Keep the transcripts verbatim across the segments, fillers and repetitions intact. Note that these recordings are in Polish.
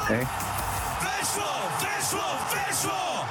Okay. Weszło, weszło, weszło!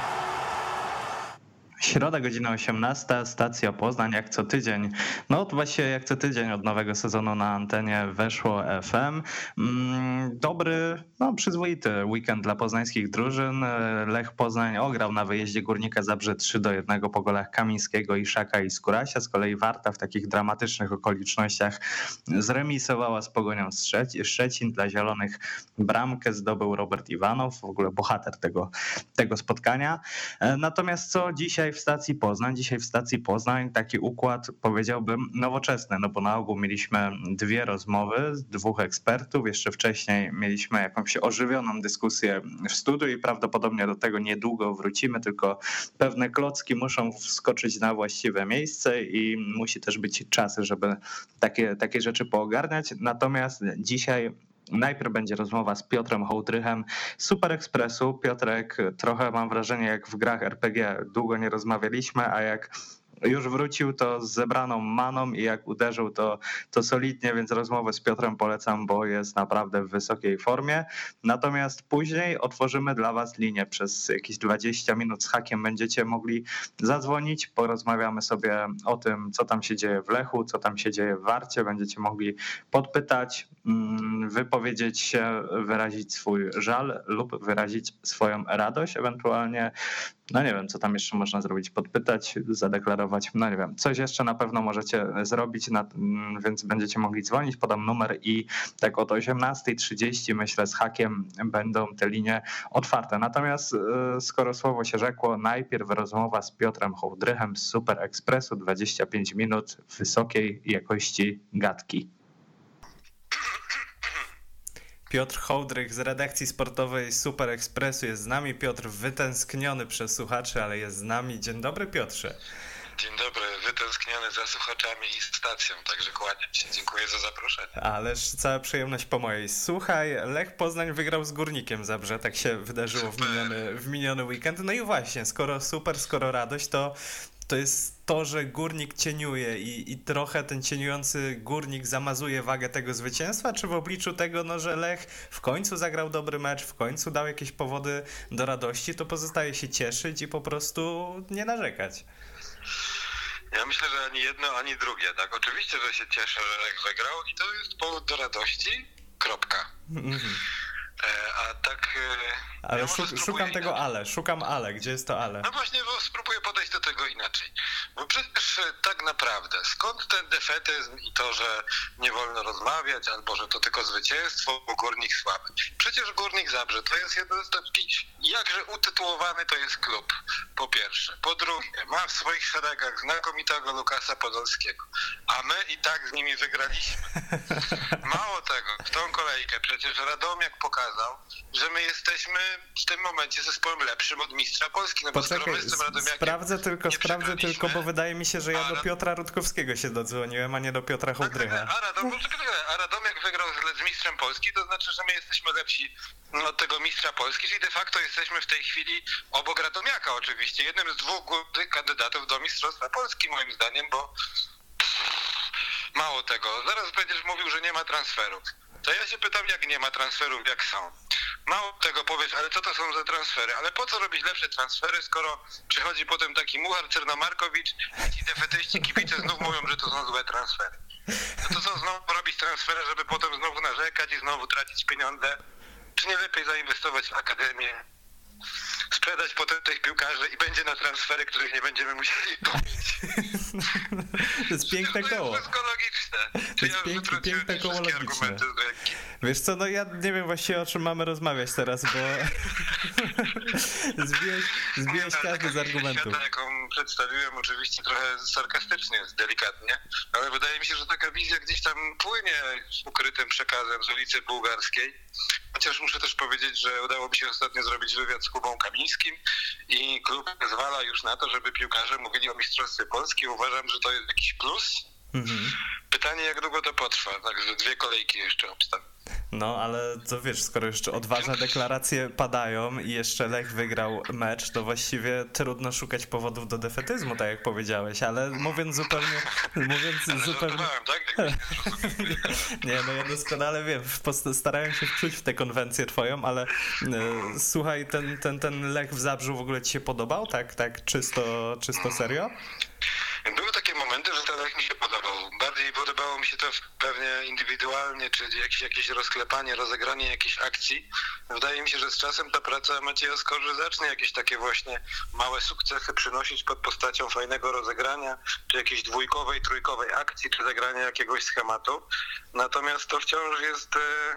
Środa, godzina osiemnasta, stacja Poznań, jak co tydzień. No właśnie jak co tydzień od nowego sezonu na antenie Weszło F M. Dobry, no przyzwoity weekend dla poznańskich drużyn. Lech Poznań ograł na wyjeździe Górnika Zabrze trzy do jednego po golach Kamińskiego, Iszaka i Skórasia. Z kolei Warta w takich dramatycznych okolicznościach zremisowała z Pogonią Szczecin. Dla Zielonych bramkę zdobył Robert Iwanow, w ogóle bohater tego, tego spotkania. Natomiast co dzisiaj w stacji Poznań? Dzisiaj w stacji Poznań taki układ, powiedziałbym, nowoczesny, no bo na ogół mieliśmy dwie rozmowy, dwóch ekspertów, jeszcze wcześniej mieliśmy jakąś ożywioną dyskusję w studiu i prawdopodobnie do tego niedługo wrócimy, tylko pewne klocki muszą wskoczyć na właściwe miejsce i musi też być czas, żeby takie, takie rzeczy poogarniać. Natomiast dzisiaj najpierw będzie rozmowa z Piotrem Hołdrychem z Super Expressu. Piotrek, trochę mam wrażenie, jak w grach R P G, długo nie rozmawialiśmy, a jak już wrócił, to z zebraną maną i jak uderzył, to, to solidnie, więc rozmowę z Piotrem polecam, bo jest naprawdę w wysokiej formie. Natomiast później otworzymy dla was linię. Przez jakieś dwadzieścia minut z hakiem będziecie mogli zadzwonić, porozmawiamy sobie o tym, co tam się dzieje w Lechu, co tam się dzieje w Warcie, będziecie mogli podpytać, wypowiedzieć się, wyrazić swój żal lub wyrazić swoją radość, ewentualnie no nie wiem, co tam jeszcze można zrobić, podpytać, zadeklarować, no nie wiem, coś jeszcze na pewno możecie zrobić, więc będziecie mogli dzwonić, podam numer i tak od osiemnasta trzydzieści myślę z hakiem będą te linie otwarte. Natomiast skoro słowo się rzekło, najpierw rozmowa z Piotrem Hołdrychem z Super Expressu, dwadzieścia pięć minut wysokiej jakości gadki. Piotr Hołdrych z redakcji sportowej Super Expressu jest z nami. Piotr wytęskniony przez słuchaczy, ale jest z nami. Dzień dobry, Piotrze. Dzień dobry, wytęskniony za słuchaczami i stacją, także kłaniam się. Dziękuję za zaproszenie. Ależ cała przyjemność po mojej. Słuchaj, Lech Poznań wygrał z Górnikiem Zabrze, tak się wydarzyło w miniony, w miniony weekend. No i właśnie, skoro super, skoro radość, to to jest to, że Górnik cieniuje i, i trochę ten cieniujący Górnik zamazuje wagę tego zwycięstwa, czy w obliczu tego, no, że Lech w końcu zagrał dobry mecz, w końcu dał jakieś powody do radości, to pozostaje się cieszyć i po prostu nie narzekać. Ja myślę, że ani jedno, ani drugie. Tak, oczywiście, że się cieszę, że Lech wygrał i to jest powód do radości. Kropka. Mm-hmm. A tak... Ale ja szuk- szukam tego inaczej. ale, szukam ale, gdzie jest to ale? No właśnie, bo spróbuję podejść do tego inaczej. Bo przecież tak naprawdę, skąd ten defetyzm i to, że nie wolno rozmawiać, albo że to tylko zwycięstwo, bo Górnik słaby. Przecież Górnik Zabrze to jest jeden z takich, jakże utytułowany to jest klub, po pierwsze. Po drugie, ma w swoich szeregach znakomitego Lukasa Podolskiego, a my i tak z nimi wygraliśmy. Mało tego, w tą kolejkę przecież Radomiak pokazał, że my jesteśmy w tym momencie zespołem lepszym od mistrza Polski. No bo Poczekaj, my z tym Radomiakiem sprawdzę tylko, sprawdzę tylko, bo wydaje mi się, że ja a, do Piotra Rutkowskiego się dodzwoniłem, a nie do Piotra Hołdrycha. A, Radom, a Radomiak wygrał z, z mistrzem Polski, to znaczy, że my jesteśmy lepsi od tego mistrza Polski, czyli de facto jesteśmy w tej chwili obok Radomiaka oczywiście, jednym z dwóch głównych kandydatów do mistrzostwa Polski moim zdaniem, bo mało tego, zaraz będziesz mówił, że nie ma transferów. To ja się pytam, jak nie ma transferów, jak są. Mało tego powiesz, ale co to są za transfery? Ale po co robić lepsze transfery, skoro przychodzi potem taki Muchar Czernomarkowicz i ci defetyści kibice znów mówią, że to są złe transfery. No to co, znowu robić transfery, żeby potem znowu narzekać i znowu tracić pieniądze? Czy nie lepiej zainwestować w akademię? Sprzedać potem tych piłkarzy i będzie na transfery, których nie będziemy musieli kupić. To jest piękne koło. To jest logiczne. To jest ja piękne, piękne koło logiczne. Wiesz co, no ja nie wiem właściwie, o czym mamy rozmawiać teraz, bo zbiłeś, zbiłeś każdy z argumentów. Świata, jaką przedstawiłem oczywiście trochę sarkastycznie, delikatnie, ale wydaje mi się, że taka wizja gdzieś tam płynie ukrytym przekazem z ulicy Bułgarskiej. Chociaż muszę też powiedzieć, że udało mi się ostatnio zrobić wywiad z Kubą Kamińskim i klub pozwala już na to, żeby piłkarze mówili o mistrzostwie Polski. Uważam, że to jest jakiś plus. Mhm. Pytanie, jak długo to potrwa, także dwie kolejki jeszcze obstawiam. No, ale to wiesz, skoro jeszcze odważne deklaracje padają i jeszcze Lech wygrał mecz, to właściwie trudno szukać powodów do defetyzmu, tak jak powiedziałeś, ale mówiąc zupełnie... mówiąc Ale zupełnie... tak? Nie, no ja doskonale wiem, starałem się wczuć w tę konwencję twoją, ale e, słuchaj, ten, ten, ten Lech w Zabrzu w ogóle ci się podobał? Tak, tak, czysto, czysto serio? Były takie momenty, że ten Lech mi się podobał. Bardziej podobało mi się to pewnie indywidualnie, czy jakieś, jakieś rozklepanie, rozegranie jakiejś akcji. Wydaje mi się, że z czasem ta praca Macieja Skorży zacznie jakieś takie właśnie małe sukcesy przynosić pod postacią fajnego rozegrania, czy jakiejś dwójkowej, trójkowej akcji, czy zagrania jakiegoś schematu. Natomiast to wciąż jest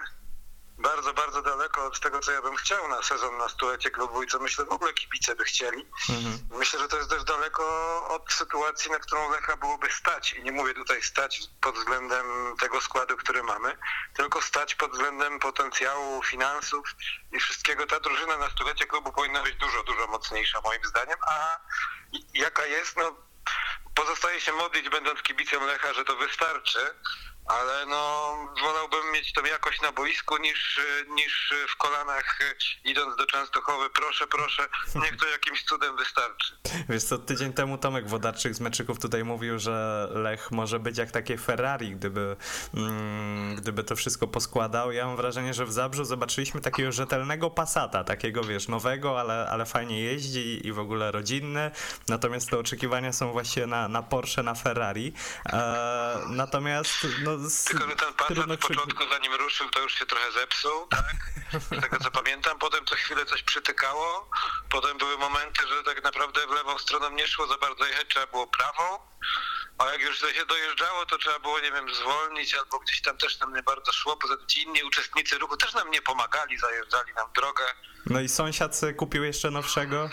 bardzo, bardzo daleko od tego, co ja bym chciał na sezon na stulecie klubu i co myślę w ogóle kibice by chcieli. Mhm. Myślę, że to jest też daleko od sytuacji, na którą Lecha byłoby stać. I nie mówię tutaj stać pod względem tego składu, który mamy, tylko stać pod względem potencjału, finansów i wszystkiego. Ta drużyna na stulecie klubu powinna być dużo, dużo mocniejsza moim zdaniem. A jaka jest? No, pozostaje się modlić, będąc kibicem Lecha, że to wystarczy. Ale no wolałbym mieć tą jakość na boisku niż, niż w kolanach idąc do Częstochowy. Proszę, proszę, niech to jakimś cudem wystarczy. Wiesz co, tydzień temu Tomek Włodarczyk z Meczyków tutaj mówił, że Lech może być jak takie Ferrari, gdyby, mm, gdyby to wszystko poskładał. Ja mam wrażenie, że w Zabrzu zobaczyliśmy takiego rzetelnego Passata, takiego wiesz, nowego, ale, ale fajnie jeździ i w ogóle rodzinny. Natomiast te oczekiwania są właśnie na, na Porsche, na Ferrari. E, natomiast no, Z, Tylko, że ten Passat w początku, zanim ruszył, to już się trochę zepsuł, tak? Z tego, co pamiętam. Potem co chwilę coś przytykało. Potem były momenty, że tak naprawdę w lewą stroną nie szło za bardzo jechać, trzeba było prawą. A jak już się dojeżdżało, to trzeba było, nie wiem, zwolnić, albo gdzieś tam też nam nie bardzo szło. Poza tym ci inni uczestnicy ruchu też nam nie pomagali, zajeżdżali nam drogę. No i sąsiad kupił jeszcze nowszego.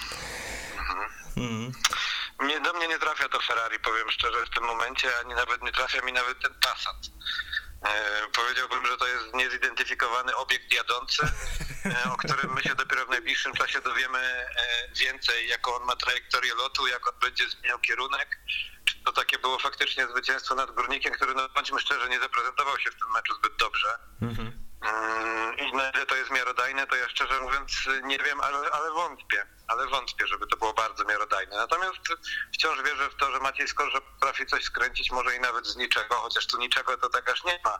Mhm. Mm. Mnie, do mnie nie trafia to Ferrari, powiem szczerze, w tym momencie, ani nawet nie trafia mi nawet ten Passat. E, powiedziałbym, że to jest niezidentyfikowany obiekt jadący, e, o którym my się dopiero w najbliższym czasie dowiemy e, więcej, jaką on ma trajektorię lotu, jak on będzie zmieniał kierunek. Czy to takie było faktycznie zwycięstwo nad Górnikiem, który, no bądźmy szczerze, nie zaprezentował się w tym meczu zbyt dobrze. Mm-hmm. I na ile to jest miarodajne, to ja szczerze mówiąc nie wiem, ale, ale wątpię. Ale wątpię, żeby to było bardzo miarodajne. Natomiast wciąż wierzę w to, że Maciej Skorża potrafi coś skręcić, może i nawet z niczego, chociaż tu niczego to tak aż nie ma.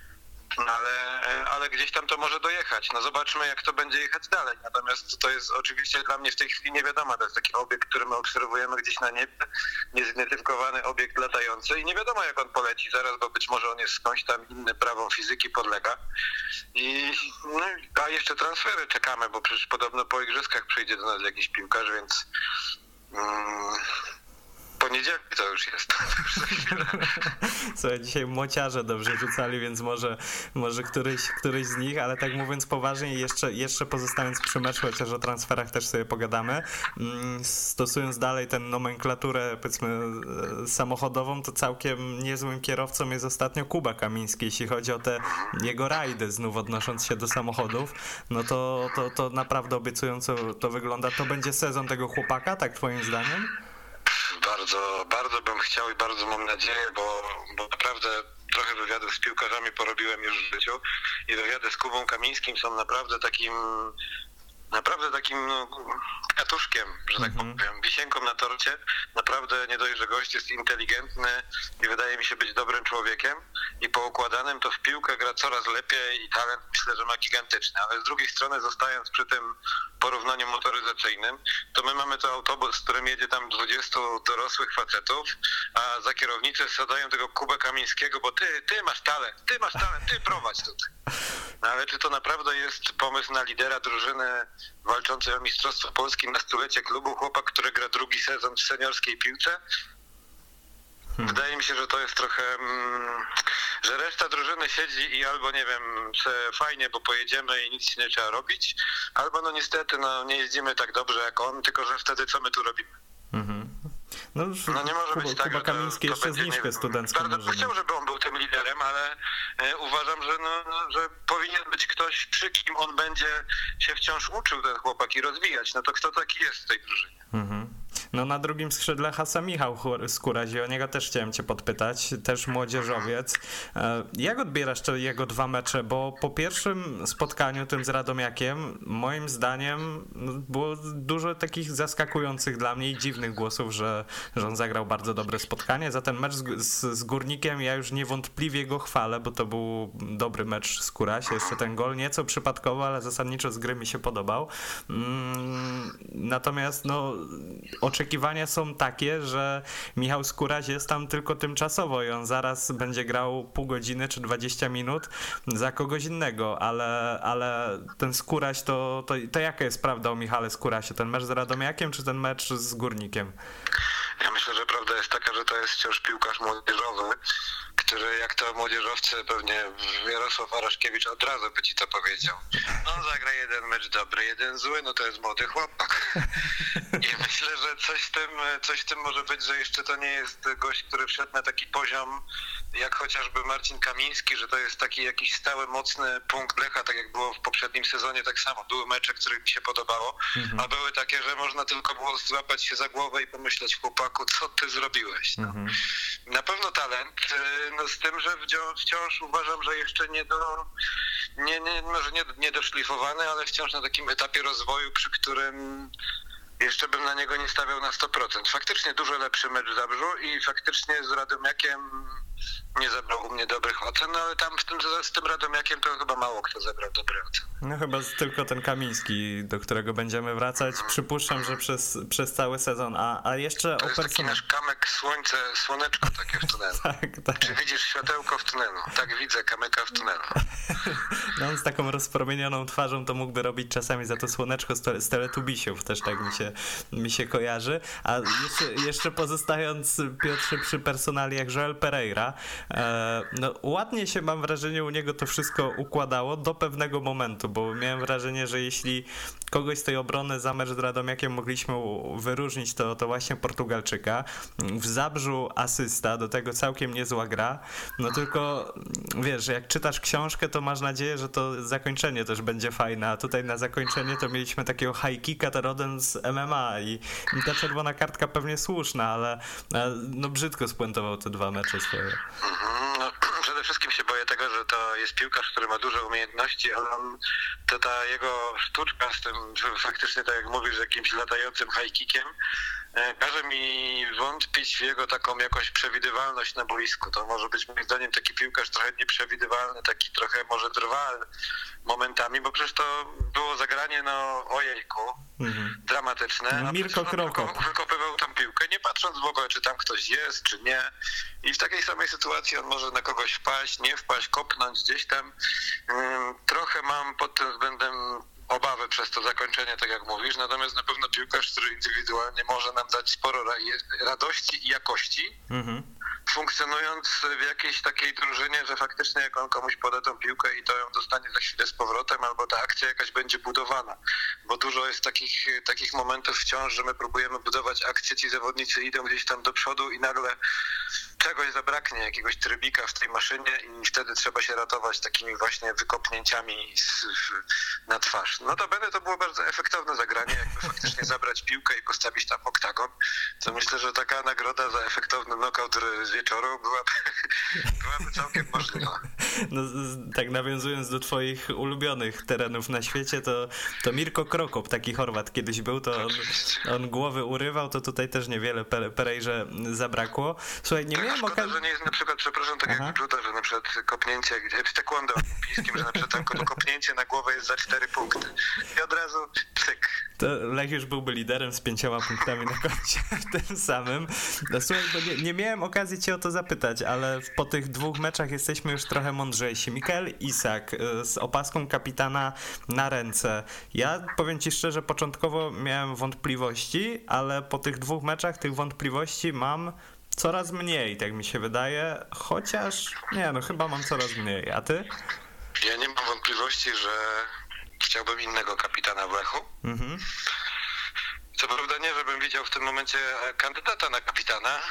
Ale, ale gdzieś tam to może dojechać. No zobaczmy, jak to będzie jechać dalej. Natomiast to jest oczywiście dla mnie w tej chwili nie wiadomo. To jest taki obiekt, który my obserwujemy gdzieś na niebie, niezidentyfikowany obiekt latający i nie wiadomo, jak on poleci zaraz, bo być może on jest skądś tam inny prawom fizyki podlega. I, no, a jeszcze transfery czekamy, bo przecież podobno po igrzyskach przyjdzie do nas jakiś piłkarz, więc... Mm, poniedziałek to już jest. Słuchaj, dzisiaj mociarze dobrze rzucali, więc może, może któryś, któryś z nich, ale tak mówiąc poważnie, jeszcze, jeszcze pozostając przy meczu, chociaż o transferach też sobie pogadamy, stosując dalej tę nomenklaturę, powiedzmy, samochodową, to całkiem niezłym kierowcą jest ostatnio Kuba Kamiński, jeśli chodzi o te jego rajdy, znów odnosząc się do samochodów, no to, to, to naprawdę obiecująco to wygląda. To będzie sezon tego chłopaka, tak twoim zdaniem? Bardzo, bardzo bym chciał i bardzo mam nadzieję, bo, bo naprawdę trochę wywiadów z piłkarzami porobiłem już w życiu i wywiady z Kubą Kamińskim są naprawdę takim naprawdę takim no, katuszkiem, że tak mm-hmm. powiem, wisienką na torcie. Naprawdę nie dość, że gość jest inteligentny i wydaje mi się być dobrym człowiekiem i poukładanym, to w piłkę gra coraz lepiej i talent myślę, że ma gigantyczny. Ale z drugiej strony, zostając przy tym porównaniu motoryzacyjnym, to my mamy to autobus, z którym jedzie tam dwudziestu dorosłych facetów, a za kierownicę wsadzają tego Kubę Kamińskiego, bo ty, ty masz talent, ty masz talent, ty prowadź tutaj. No ale czy to naprawdę jest pomysł na lidera drużyny walczącej o Mistrzostwo Polski na stulecie klubu, chłopak, który gra drugi sezon w seniorskiej piłce? Hmm. Wydaje mi się, że to jest trochę, mm, że reszta drużyny siedzi i albo nie wiem, se fajnie, bo pojedziemy i nic nie trzeba robić, albo no niestety no, nie jeździmy tak dobrze jak on, tylko że wtedy co my tu robimy? Hmm. No, no nie może Kuba, być tak, Kuba Kamiński to, to jeszcze będzie, zniżkę studencką. Bardzo bym chciał, żeby on był tym liderem, ale e, uważam, że, no, no, że powinien być ktoś, przy kim on będzie się wciąż uczył, ten chłopak, i rozwijać. No to kto taki jest w tej drużynie? Mhm. No No na drugim skrzydle Hasa Michał Skóraś, o niego też chciałem cię podpytać, też młodzieżowiec. Jak odbierasz te jego dwa mecze? Bo po pierwszym spotkaniu tym z Radomiakiem moim zdaniem było dużo takich zaskakujących dla mnie i dziwnych głosów, że, że on zagrał bardzo dobre spotkanie. Za ten mecz z, z, z Górnikiem ja już niewątpliwie go chwalę, bo to był dobry mecz Skórasia. Jeszcze ten gol nieco przypadkowo, ale zasadniczo z gry mi się podobał. Natomiast no, oczekiwania są takie, że Michał Skóraś jest tam tylko tymczasowo i on zaraz będzie grał pół godziny czy dwadzieścia minut za kogoś innego, ale, ale ten Skóraś to, to, to jaka jest prawda o Michale Skórasie? Ten mecz z Radomiakiem czy ten mecz z Górnikiem? Ja myślę, że prawda jest taka, że to jest wciąż piłkarz młodzieżowy, który jak to młodzieżowcy pewnie Jarosław Araszkiewicz od razu by ci to powiedział. No zagra jeden mecz dobry, jeden zły, no to jest młody chłopak. I myślę, że coś w tym, coś w tym może być, że jeszcze to nie jest gość, który wszedł na taki poziom jak chociażby Marcin Kamiński, że to jest taki jakiś stały, mocny punkt Lecha, tak jak było w poprzednim sezonie, tak samo. Były mecze, które mi się podobało, mhm. a były takie, że można tylko było złapać się za głowę i pomyśleć, chłopaku, co ty zrobiłeś? No. Mhm. Na pewno talent, no z tym, że wciąż, wciąż uważam, że jeszcze nie do, nie, nie, może nie, nie doszlifowany, ale wciąż na takim etapie rozwoju, przy którym jeszcze bym na niego nie stawiał na sto procent. Faktycznie dużo lepszy mecz w Zabrzu i faktycznie z Radomiakiem nie zebrał u mnie dobrych ocen, no ale tam w tym, z tym Radomiakiem to chyba mało kto zebrał dobre oceny. No chyba tylko ten Kamiński, do którego będziemy wracać. Hmm. Przypuszczam, że przez, przez cały sezon. A, a jeszcze to o jest taki nasz kamyk, słońce, słoneczko takie w tunelu. tak, tak. Czy widzisz światełko w tunelu? Tak widzę kamyka w tunelu. No on z taką rozpromienioną twarzą to mógłby robić czasami za to słoneczko z Teletubisiów, też tak mi się, mi się kojarzy. A jeszcze, jeszcze pozostając, Piotrze, przy personali jak Joel Pereira, e, no ładnie się, mam wrażenie, u niego to wszystko układało do pewnego momentu, bo miałem wrażenie, że jeśli kogoś z tej obrony za mecz z Radomiakiem mogliśmy wyróżnić, to, to właśnie Portugalczyka. W Zabrzu asysta, do tego całkiem niezła gra, no tylko wiesz, jak czytasz książkę, to masz nadzieję, że to zakończenie też będzie fajne, a tutaj na zakończenie to mieliśmy takiego high kicka rodem z M M A i, i ta czerwona kartka pewnie słuszna, ale no brzydko spuentował te dwa mecze swoje. No, przede wszystkim się boję tego, że to jest piłkarz, który ma duże umiejętności, ale on, to ta jego sztuczka z tym, faktycznie tak jak mówisz, z jakimś latającym high kickiem, każe mi wątpić w jego taką jakąś przewidywalność na boisku. To może być moim zdaniem taki piłkarz trochę nieprzewidywalny, taki trochę może drwal momentami, bo przecież to było zagranie, no ojejku, mhm. dramatyczne. No, Mirko Krokop wykopywał tam piłkę, nie patrząc w ogóle, czy tam ktoś jest, czy nie. I w takiej samej sytuacji on może na kogoś wpaść, nie wpaść, kopnąć gdzieś tam. Trochę mam pod tym względem obawy przez to zakończenie, tak jak mówisz, natomiast na pewno piłkarz, który indywidualnie może nam dać sporo radości i jakości, mhm. funkcjonując w jakiejś takiej drużynie, że faktycznie jak on komuś poda tą piłkę i to ją dostanie za chwilę z powrotem, albo ta akcja jakaś będzie budowana, bo dużo jest takich, takich momentów wciąż, że my próbujemy budować akcję, ci zawodnicy idą gdzieś tam do przodu i nagle czegoś zabraknie, jakiegoś trybika w tej maszynie i wtedy trzeba się ratować takimi właśnie wykopnięciami z, w, na twarz. No to będę to było bardzo efektowne zagranie, jakby faktycznie zabrać piłkę i postawić tam oktagon, to myślę, że taka nagroda za efektowny knockout z wieczoru byłaby, byłaby całkiem możliwa. No, tak nawiązując do twoich ulubionych terenów na świecie, to, to Mirko Krokop, taki Chorwat kiedyś był, to on, on głowy urywał, to tutaj też niewiele Perejrze zabrakło. Słuchaj, nie tak, miałem szkoda, okazji... że nie jest na przykład, przepraszam, tak Aha. jak judo, że na przykład kopnięcie, w taekwondo olimpijskim, że na przykład tam kopnięcie na głowę jest za cztery punkty. I od razu cyk. To Lech już byłby liderem z pięcioma punktami na koncie w tym samym. No, słuchaj, bo nie, nie miałem okazji cię o to zapytać, ale po tych dwóch meczach jesteśmy już trochę mądrzejsi. Mikael Isak z opaską kapitana na ręce. Ja powiem ci szczerze, początkowo miałem wątpliwości, ale po tych dwóch meczach tych wątpliwości mam coraz mniej, tak mi się wydaje, chociaż nie, no chyba mam coraz mniej. A ty? Ja nie mam wątpliwości, że chciałbym innego kapitana w Lechu. Mhm. Co prawda nie, żebym widział w tym momencie kandydata na kapitana,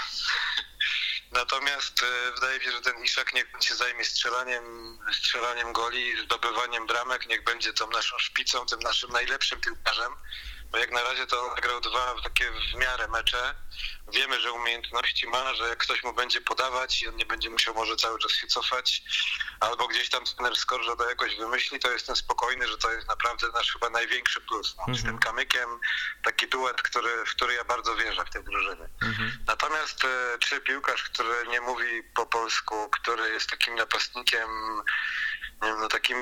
natomiast e, wydaje mi się, że ten Iszak niech się zajmie strzelaniem, strzelaniem goli, zdobywaniem bramek, niech będzie tą naszą szpicą, tym naszym najlepszym piłkarzem. bo jak na razie to zagrał dwa takie w miarę mecze. Wiemy, że umiejętności ma, że jak ktoś mu będzie podawać i on nie będzie musiał może cały czas się cofać, albo gdzieś tam trener Skorża to jakoś wymyśli, to jestem spokojny, że to jest naprawdę nasz chyba największy plus. No. Z tym Kamykiem taki duet, który, w który ja bardzo wierzę w tej drużyny. Mhm. Natomiast e, czy piłkarz, który nie mówi po polsku, który jest takim napastnikiem, nie wiem, no takim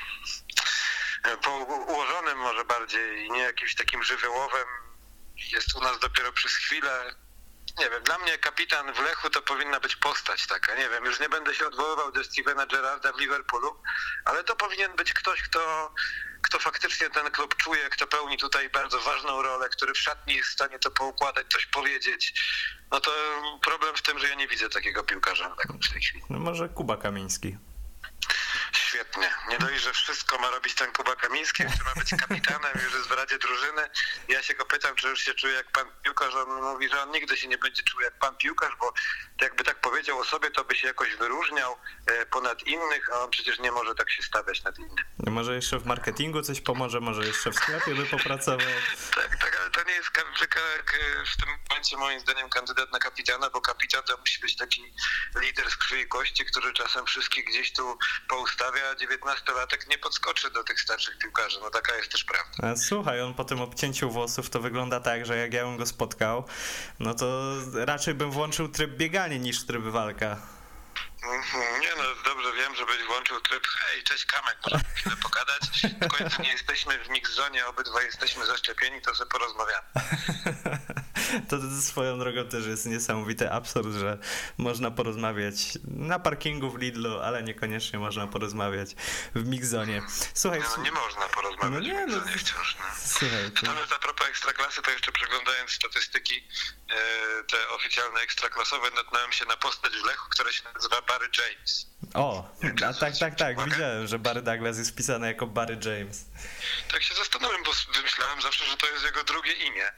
e, po, ułożonym może bardziej, nie jakimś takim żywiołowym, jest u nas dopiero przez chwilę. Nie wiem, dla mnie kapitan w Lechu to powinna być postać taka, nie wiem, już nie będę się odwoływał do Stevena Gerrarda w Liverpoolu, ale to powinien być ktoś, kto, kto faktycznie ten klub czuje, kto pełni tutaj bardzo ważną rolę, który w szatni jest w stanie to poukładać, coś powiedzieć. No to problem w tym, że ja nie widzę takiego piłkarza w tej chwili. No może Kuba Kamiński. Świetnie. Nie dość, że wszystko ma robić ten Kuba Kamiński, który ma być kapitanem, już jest w radzie drużyny. Ja się go pytam, czy już się czuje jak pan piłkarz. On mówi, że on nigdy się nie będzie czuł jak pan piłkarz, bo jakby tak powiedział o sobie, to by się jakoś wyróżniał ponad innych, a on przecież nie może tak się stawiać nad innym. No może jeszcze w marketingu coś pomoże, może jeszcze w sklepie by popracował. Tak, tak, ale to nie jest w tym momencie moim zdaniem kandydat na kapitana, bo kapitan to musi być taki lider z krwi i kości, który czasem wszystkich gdzieś tu poustawia, a dziewiętnastolatek nie podskoczy do tych starszych piłkarzy. No taka jest też prawda. A słuchaj, on po tym obcięciu włosów to wygląda tak, że jak ja bym go spotkał, no to raczej bym włączył tryb bieganie niż tryb walka. Nie no, dobrze wiem, żebyś włączył tryb hej, cześć Kamek, możemy chwilę pogadać. W końcu nie jesteśmy w mix zonie, obydwaj jesteśmy zaszczepieni, to sobie porozmawiamy. To swoją drogą też jest niesamowity absurd, że można porozmawiać na parkingu w Lidlu, ale niekoniecznie można porozmawiać w mix-zonie. Słuchaj, nie, no, nie można porozmawiać no nie, w mix-zonie no, wciąż. No. Słuchaj, to... Natomiast a propos Ekstraklasy, to jeszcze przeglądając statystyki te oficjalne ekstraklasowe, natknąłem się na postać w Lechu, która się nazywa Barry James. O, a tak, tak, tak, widziałem, że Barry Douglas jest wpisany jako Barry James. Tak się zastanawiam, bo wymyślałem zawsze, że to jest jego drugie imię.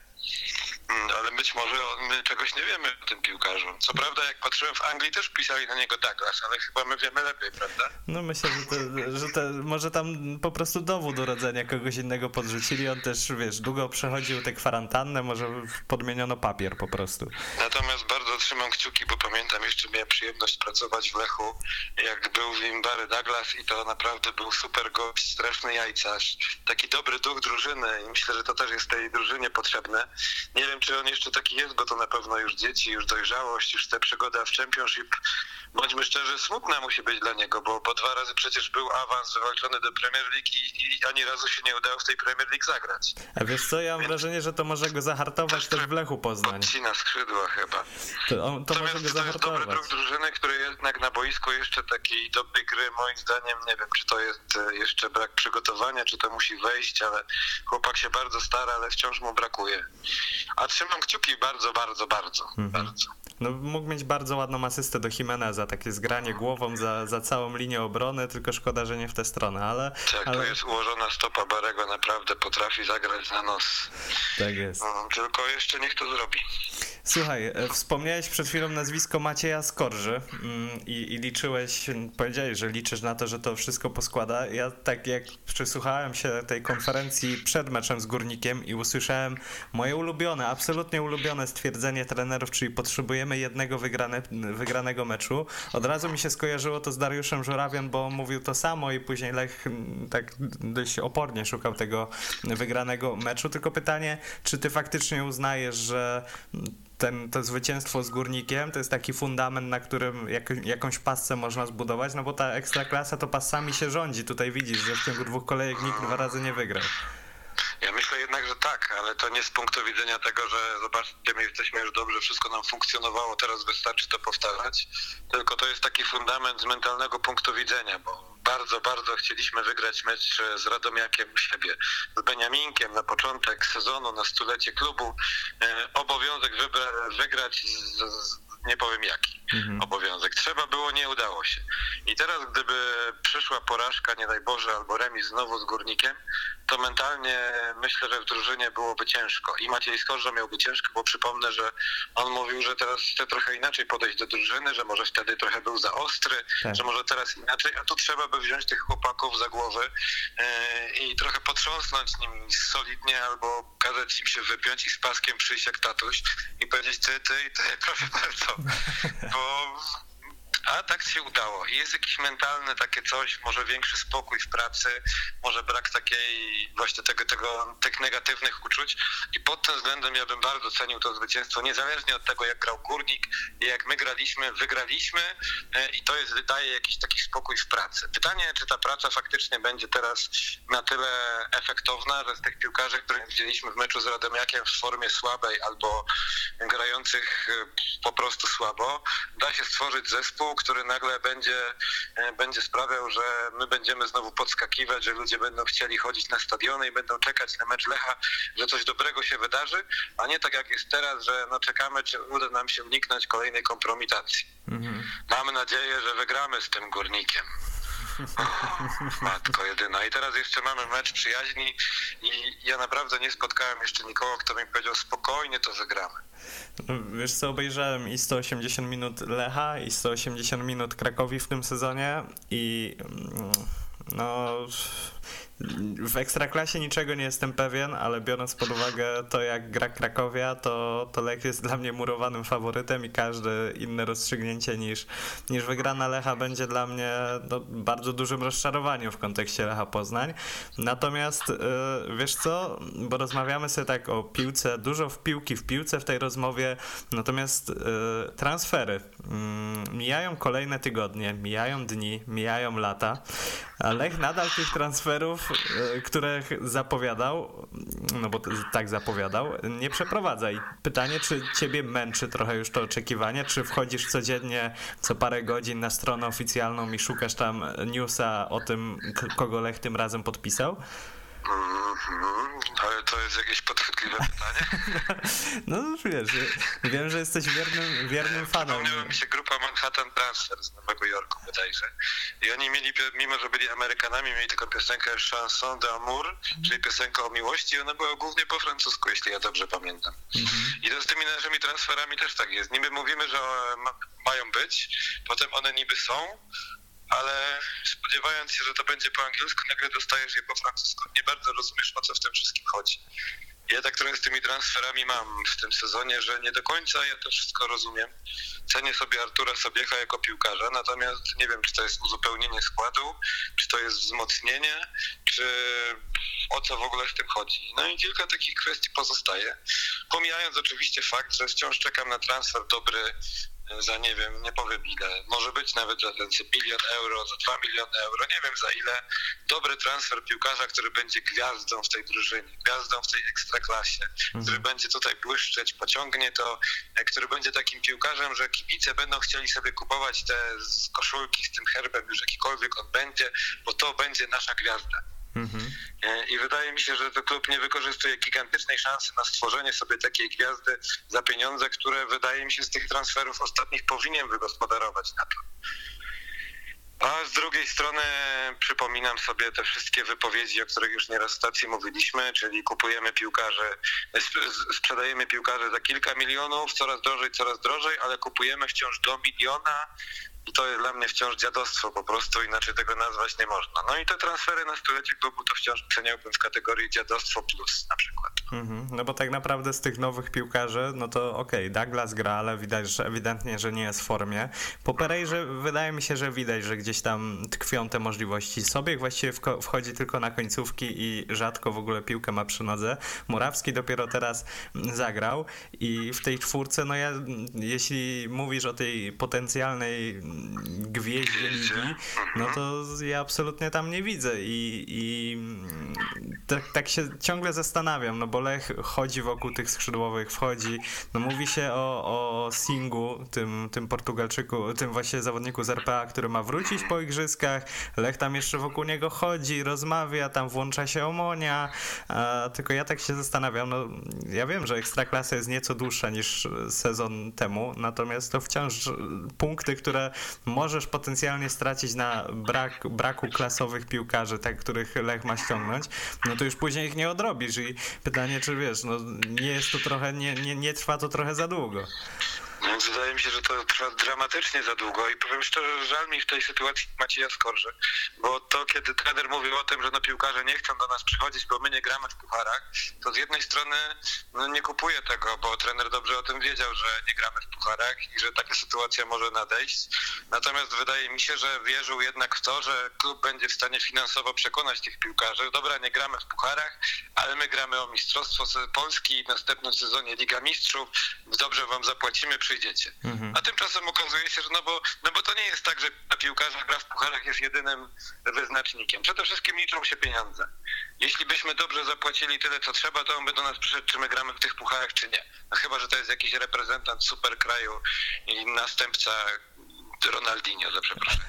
Ale być może my czegoś nie wiemy o tym piłkarzu. Co prawda, jak patrzyłem w Anglii, też pisali na niego Douglas, ale chyba my wiemy lepiej, prawda? No myślę, że, to, że to, może tam po prostu dowód urodzenia kogoś innego podrzucili. On też, wiesz, długo przechodził tę kwarantannę, może podmieniono papier po prostu. Natomiast bardzo trzymam kciuki, bo pamiętam, jeszcze miałem przyjemność pracować w Lechu, jak był w nim Barry Douglas i to naprawdę był super gość, straszny jajcarz, taki dobry duch drużyny i myślę, że to też jest tej drużynie potrzebne. Nie wiem, czy on jeszcze taki jest, bo to na pewno już dzieci, już dojrzałość, już ta przygoda w Championship, bądźmy szczerzy, smutna musi być dla niego, bo, bo dwa razy przecież był awans wywalczony do Premier League i, i ani razu się nie udało w tej Premier League zagrać. A wiesz co, ja mam Więc wrażenie, że to może go zahartować też, też w Lechu Poznań. Podcina skrzydła chyba. To, on, to może go to jest dobry druh drużyny, który jednak na boisku jeszcze takiej dobrej gry, moim zdaniem, nie wiem, czy to jest jeszcze brak przygotowania, czy to musi wejść, ale chłopak się bardzo stara, ale wciąż mu brakuje. A trzymam kciuki bardzo, bardzo, bardzo, mhm. bardzo. No mógł mieć bardzo ładną asystę do Jimeneza, takie zgranie głową za, za całą linię obrony, tylko szkoda, że nie w tę stronę, ale... Tak, ale... to jest ułożona stopa Barego, naprawdę potrafi zagrać na nos. Tak jest. No, tylko jeszcze niech to zrobi. Słuchaj, wspomniałeś przed chwilą nazwisko Macieja Skorży i, i liczyłeś, powiedziałeś, że liczysz na to, że to wszystko poskłada. Ja tak jak przysłuchałem się tej konferencji przed meczem z Górnikiem i usłyszałem moje ulubione, absolutnie ulubione stwierdzenie trenerów, czyli potrzebujemy jednego wygrane, wygranego meczu. Od razu mi się skojarzyło to z Dariuszem Żurawią, bo on mówił to samo i później Lech tak dość opornie szukał tego wygranego meczu. Tylko pytanie, czy ty faktycznie uznajesz, że ten, to zwycięstwo z Górnikiem to jest taki fundament, na którym jak, jakąś pasce można zbudować, no bo ta Ekstraklasa to pasami się rządzi. Tutaj widzisz, że w ciągu dwóch kolejek nikt dwa razy nie wygrał. Ja myślę jednak, że tak, ale to nie z punktu widzenia tego, że zobaczcie, my jesteśmy już dobrze, wszystko nam funkcjonowało, teraz wystarczy to powtarzać, tylko to jest taki fundament z mentalnego punktu widzenia, bo bardzo, bardzo chcieliśmy wygrać mecz z Radomiakiem u siebie, z Beniaminkiem na początek sezonu, na stulecie klubu. E, obowiązek wybra- wygrać z, z nie powiem jaki Mhm. obowiązek. Trzeba było, nie udało się. I teraz gdyby przyszła porażka, nie daj Boże, albo remis znowu z Górnikiem, to mentalnie myślę, że w drużynie byłoby ciężko. I Maciej Skorża miałby ciężko, bo przypomnę, że on mówił, że teraz chce trochę inaczej podejść do drużyny, że może wtedy trochę był za ostry, Tak. że może teraz inaczej, a tu trzeba by wziąć tych chłopaków za głowę yy, i trochę potrząsnąć nimi solidnie, albo kazać im się wypiąć i z paskiem przyjść jak tatuś i powiedzieć ty, ty i ty, proszę bardzo. Bo... A tak się udało. I jest jakieś mentalne takie coś, może większy spokój w pracy, może brak takiej właśnie tego, tego, tych negatywnych uczuć. I pod tym względem ja bym bardzo cenił to zwycięstwo, niezależnie od tego, jak grał Górnik i jak my graliśmy, wygraliśmy i to jest, daje jakiś taki spokój w pracy. Pytanie, czy ta praca faktycznie będzie teraz na tyle efektowna, że z tych piłkarzy, których widzieliśmy w meczu z Radomiakiem w formie słabej albo grających po prostu słabo, da się stworzyć zespół, który nagle będzie, będzie sprawiał, że my będziemy znowu podskakiwać, że ludzie będą chcieli chodzić na stadiony i będą czekać na mecz Lecha, że coś dobrego się wydarzy, a nie tak jak jest teraz, że no czekamy, czy uda nam się uniknąć kolejnej kompromitacji. Mhm. Mamy nadzieję, że wygramy z tym Górnikiem. Oh, matko jedyna. I teraz jeszcze mamy mecz przyjaźni i ja naprawdę nie spotkałem jeszcze nikogo, kto mi powiedział spokojnie, to wygramy. Wiesz co, obejrzałem i sto osiemdziesiąt minut Lecha i sto osiemdziesiąt minut Krakowi w tym sezonie i no w Ekstraklasie niczego nie jestem pewien, ale biorąc pod uwagę to, jak gra Krakowia, to, to Lech jest dla mnie murowanym faworytem i każde inne rozstrzygnięcie niż, niż wygrana Lecha będzie dla mnie no, bardzo dużym rozczarowaniem w kontekście Lecha Poznań. Natomiast yy, wiesz co, bo rozmawiamy sobie tak o piłce, dużo w piłki, w piłce w tej rozmowie, natomiast yy, transfery. Yy, mijają kolejne tygodnie, mijają dni, mijają lata, a Lech nadal tych transferów, które zapowiadał, no bo tak zapowiadał, nie przeprowadza. I pytanie, czy ciebie męczy trochę już to oczekiwanie, czy wchodzisz codziennie co parę godzin na stronę oficjalną i szukasz tam newsa o tym, kogo Lech tym razem podpisał? Mm-hmm. Ale to jest jakieś podchwytliwe pytanie? No wiesz, wiem, że jesteś wiernym, wiernym fanem. Przypomniała mi się grupa Manhattan Transfer z Nowego Jorku bodajże. I oni mieli, mimo że byli Amerykanami, mieli taką piosenkę Chanson d'amour, czyli piosenkę o miłości i ona była głównie po francusku, jeśli ja dobrze pamiętam. Mm-hmm. I to z tymi naszymi transferami też tak jest. Niby mówimy, że ma, mają być, potem one niby są, ale spodziewając się, że to będzie po angielsku, nagle dostajesz je po francusku. Nie bardzo rozumiesz, o co w tym wszystkim chodzi. Ja tak trochę z tymi transferami mam w tym sezonie, że nie do końca ja to wszystko rozumiem. Cenię sobie Artura Sobiecha jako piłkarza, natomiast nie wiem, czy to jest uzupełnienie składu, czy to jest wzmocnienie, czy o co w ogóle w tym chodzi. No i kilka takich kwestii pozostaje. Pomijając oczywiście fakt, że wciąż czekam na transfer dobry, za nie wiem, nie powiem ile, może być nawet za ten milion euro, za dwa miliony euro, nie wiem za ile, dobry transfer piłkarza, który będzie gwiazdą w tej drużynie, gwiazdą w tej ekstraklasie, mhm. który będzie tutaj błyszczeć, pociągnie to, który będzie takim piłkarzem, że kibice będą chcieli sobie kupować te koszulki z tym herbem, już jakikolwiek on będzie, bo to będzie nasza gwiazda. Mhm. I wydaje mi się, że to klub nie wykorzystuje gigantycznej szansy na stworzenie sobie takiej gwiazdy za pieniądze, które wydaje mi się z tych transferów ostatnich powinien wygospodarować na to. A z drugiej strony przypominam sobie te wszystkie wypowiedzi, o których już nieraz w stacji mówiliśmy, czyli kupujemy piłkarzy, sprzedajemy piłkarzy za kilka milionów, coraz drożej, coraz drożej, ale kupujemy wciąż do miliona. I to jest dla mnie wciąż dziadostwo po prostu, inaczej tego nazwać nie można. No i te transfery na stulecie klubu to wciąż oceniałbym w kategorii dziadostwo plus na przykład. Mm-hmm. No bo tak naprawdę z tych nowych piłkarzy, no to okej, okay, Douglas gra, ale widać, że ewidentnie, że nie jest w formie. Po Perejrze wydaje mi się, że widać, że gdzieś tam tkwią te możliwości. Sobiech właściwie wchodzi tylko na końcówki i rzadko w ogóle piłkę ma przy nodze. Morawski dopiero teraz zagrał i w tej czwórce, no ja, jeśli mówisz o tej potencjalnej gwieździe ligi, no to ja absolutnie tam nie widzę i, i tak, tak się ciągle zastanawiam, no bo bo Lech chodzi wokół tych skrzydłowych, wchodzi. No mówi się o, o Singu, tym, tym Portugalczyku, tym właśnie zawodniku z R P A, który ma wrócić po igrzyskach. Lech tam jeszcze wokół niego chodzi, rozmawia, tam włącza się Omonia. A, tylko ja tak się zastanawiam, no ja wiem, że Ekstraklasa jest nieco dłuższa niż sezon temu, natomiast to wciąż punkty, które możesz potencjalnie stracić na brak, braku klasowych piłkarzy, tak, których Lech ma ściągnąć, no to już później ich nie odrobisz i pytanie, czy wiesz, no nie jest to trochę, nie, nie, nie trwa to trochę za długo. Więc wydaje mi się, że to trwa dramatycznie za długo i powiem szczerze, że żal mi w tej sytuacji Macieja Skorży, bo to kiedy trener mówił o tym, że no piłkarze nie chcą do nas przychodzić, bo my nie gramy w pucharach, to z jednej strony no nie kupuję tego, bo trener dobrze o tym wiedział, że nie gramy w pucharach i że taka sytuacja może nadejść. Natomiast wydaje mi się, że wierzył jednak w to, że klub będzie w stanie finansowo przekonać tych piłkarzy. Dobra, nie gramy w pucharach, ale my gramy o Mistrzostwo Polski i w następnym sezonie Liga Mistrzów. Dobrze wam zapłacimy, przyjdziecie. Mhm. A tymczasem okazuje się, że no bo, no bo to nie jest tak, że piłkarza gra w pucharach jest jedynym wyznacznikiem. Przede wszystkim liczą się pieniądze. Jeśli byśmy dobrze zapłacili tyle, co trzeba, to on by do nas przyszedł, czy my gramy w tych pucharach, czy nie. No chyba, że to jest jakiś reprezentant superkraju i następca Ronaldinho, za przeproszeniem.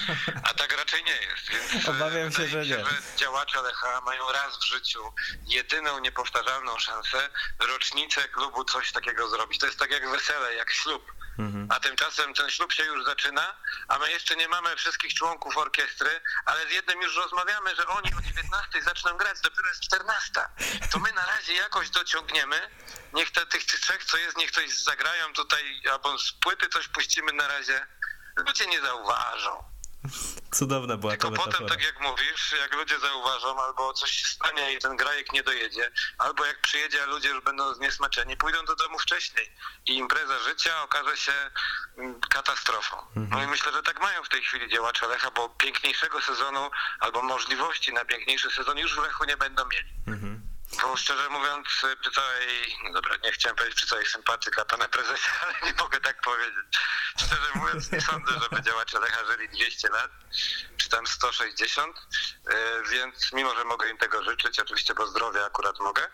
A tak raczej nie jest. Więc obawiam się, że nie. Że działacze Lecha mają raz w życiu jedyną niepowtarzalną szansę rocznicę klubu coś takiego zrobić. To jest tak jak wesele, jak ślub. Mhm. A tymczasem ten ślub się już zaczyna, a my jeszcze nie mamy wszystkich członków orkiestry, ale z jednym już rozmawiamy, że oni o dziewiętnastej zaczną grać, dopiero jest czternasta. To my na razie jakoś dociągniemy. Niech te, tych trzech, co jest, niech coś zagrają tutaj, albo z płyty coś puścimy na razie. Ludzie nie zauważą. Cudowna była Tylko ta metafora. potem, tak jak mówisz, jak ludzie zauważą, albo coś się stanie i ten grajek nie dojedzie, albo jak przyjedzie, a ludzie już będą zniesmaczeni, pójdą do domu wcześniej i impreza życia okaże się katastrofą. Mhm. No i myślę, że tak mają w tej chwili działacze Lecha, bo piękniejszego sezonu, albo możliwości na piękniejszy sezon już w Lechu nie będą mieli. Mhm. Bo szczerze mówiąc, przy całej, no dobra, nie chciałem powiedzieć przy całej sympatii dla pana prezesa, ale nie mogę tak powiedzieć. Szczerze mówiąc, nie sądzę, żeby działacze Lecha żyli dwieście lat, czy tam sto sześćdziesiąt, więc mimo, że mogę im tego życzyć, oczywiście bo zdrowia akurat mogę,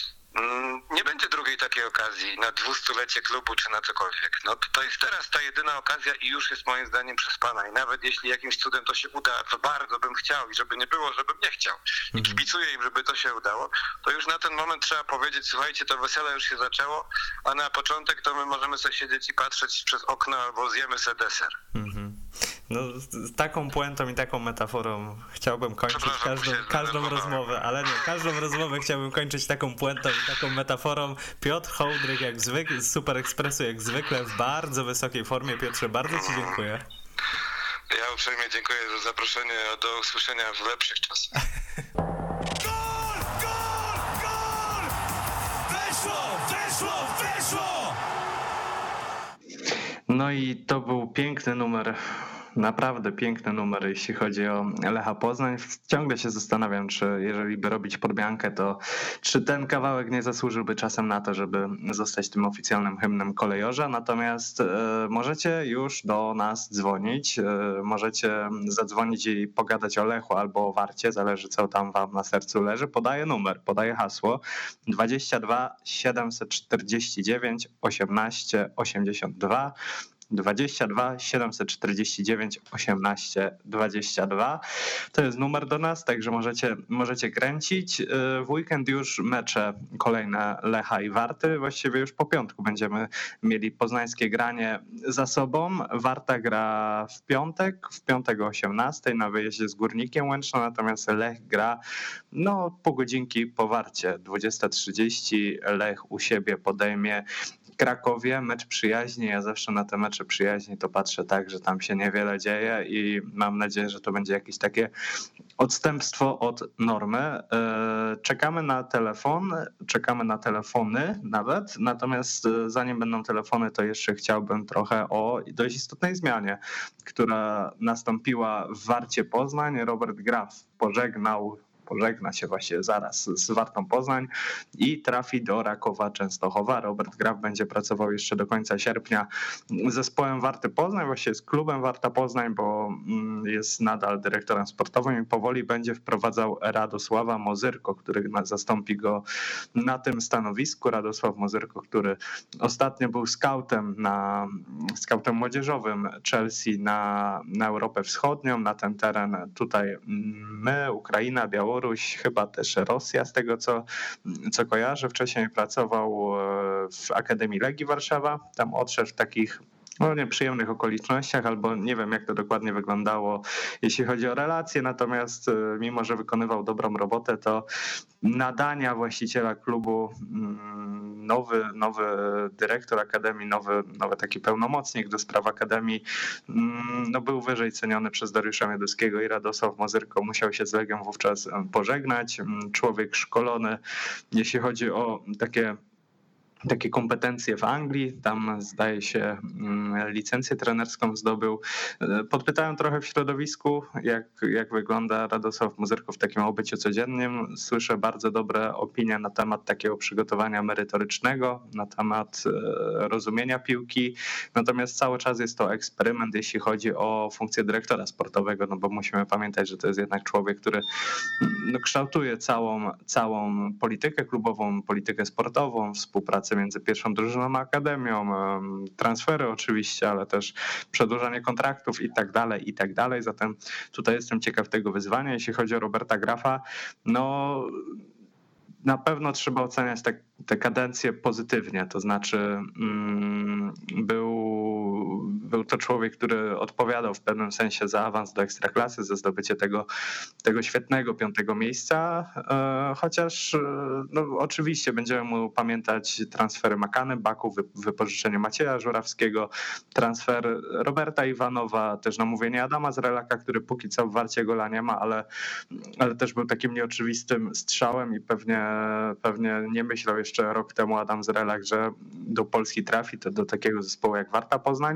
nie będzie drugiej takiej okazji na dwustulecie klubu czy na cokolwiek. No to jest teraz ta jedyna okazja i już jest moim zdaniem przespana. I nawet jeśli jakimś cudem to się uda, to bardzo bym chciał i żeby nie było, żebym nie chciał. I kibicuję im, żeby to się udało, to już na ten moment trzeba powiedzieć, słuchajcie, to wesele już się zaczęło, a na początek to my możemy sobie siedzieć i patrzeć przez okno albo zjemy sobie deser. Mhm. No, z taką puentą i taką metaforą chciałbym kończyć każdą, każdą rozmowę, ale nie, każdą rozmowę chciałbym kończyć taką puentą i taką metaforą. Piotr Hołdryk jak zwykle, z Super Expressu jak zwykle w bardzo wysokiej formie. Piotrze, bardzo ci dziękuję. Ja uprzejmie dziękuję za zaproszenie, do usłyszenia w lepszych czasach. Gol! Gol! Gol! Weszło! Weszło! Weszło! No i to był piękny numer, naprawdę piękny numer, jeśli chodzi o Lecha Poznań. Ciągle się zastanawiam, czy jeżeli by robić podmiankę, to czy ten kawałek nie zasłużyłby czasem na to, żeby zostać tym oficjalnym hymnem kolejorza. Natomiast e, możecie już do nas dzwonić, e, możecie zadzwonić i pogadać o Lechu albo o Warcie, zależy co tam wam na sercu leży. Podaję numer, podaję hasło dwadzieścia dwa siedemset czterdzieści dziewięć osiemnaście osiemdziesiąt dwa. dwadzieścia dwa siedemset czterdzieści dziewięć osiemnaście dwadzieścia dwa. To jest numer do nas, także możecie, możecie kręcić. W weekend już mecze kolejne Lecha i Warty. Właściwie już po piątku będziemy mieli poznańskie granie za sobą. Warta gra w piątek, w piątek o osiemnastej na wyjeździe z Górnikiem Łęczna, natomiast Lech gra no po godzinki po Warcie. dwudziesta trzydzieści Lech u siebie podejmie Krakowie, mecz przyjaźni. Ja zawsze na te mecze przyjaźni to patrzę tak, że tam się niewiele dzieje i mam nadzieję, że to będzie jakieś takie odstępstwo od normy. Czekamy na telefon, czekamy na telefony nawet, natomiast zanim będą telefony, to jeszcze chciałbym trochę o dość istotnej zmianie, która nastąpiła w Warcie Poznań. Robert Graf pożegnał pożegna się właśnie zaraz z Wartą Poznań i trafi do Rakowa Częstochowa. Robert Graf będzie pracował jeszcze do końca sierpnia z zespołem Warty Poznań, właśnie z klubem Warta Poznań, bo jest nadal dyrektorem sportowym i powoli będzie wprowadzał Radosława Mozyrko, który zastąpi go na tym stanowisku. Radosław Mozyrko, który ostatnio był skautem na skautem młodzieżowym Chelsea na, na Europę Wschodnią, na ten teren tutaj my, Ukraina, Białoruś, chyba też Rosja, z tego co, co kojarzę. Wcześniej pracował w Akademii Legii Warszawa, tam odszedł w takich no, nieprzyjemnych okolicznościach, albo nie wiem jak to dokładnie wyglądało, jeśli chodzi o relacje, natomiast mimo, że wykonywał dobrą robotę, to nadania właściciela klubu, nowy, nowy dyrektor Akademii, nowy, nowy taki pełnomocnik do spraw Akademii, no, był wyżej ceniony przez Dariusza Mioduskiego i Radosław Mozyrko musiał się z Legią wówczas pożegnać. Człowiek szkolony, jeśli chodzi o takie takie kompetencje w Anglii, tam zdaje się licencję trenerską zdobył. Podpytałem trochę w środowisku, jak, jak wygląda Radosław Mozyrko w takim obyciu codziennym. Słyszę bardzo dobre opinie na temat takiego przygotowania merytorycznego, na temat rozumienia piłki, natomiast cały czas jest to eksperyment, jeśli chodzi o funkcję dyrektora sportowego, no bo musimy pamiętać, że to jest jednak człowiek, który no, kształtuje całą, całą politykę klubową, politykę sportową, współpracę między pierwszą drużyną a akademią, transfery oczywiście, ale też przedłużanie kontraktów i tak dalej, i tak dalej. Zatem tutaj jestem ciekaw tego wyzwania. Jeśli chodzi o Roberta Grafa, no na pewno trzeba oceniać te, te kadencje pozytywnie, to znaczy mm, był, był to człowiek, który odpowiadał w pewnym sensie za awans do Ekstraklasy, za zdobycie tego, tego świetnego piątego miejsca, e, chociaż no, oczywiście będziemy mu pamiętać transfery Makany, Baku, wypożyczenie Macieja Żurawskiego, transfer Roberta Iwanowa, też namówienie Adama Zrelaka, który póki co w Warcie gola nie ma, ale, ale też był takim nieoczywistym strzałem i pewnie Pewnie nie myślał jeszcze rok temu Adam Zrelak, że do Polski trafi, to do takiego zespołu jak Warta Poznań.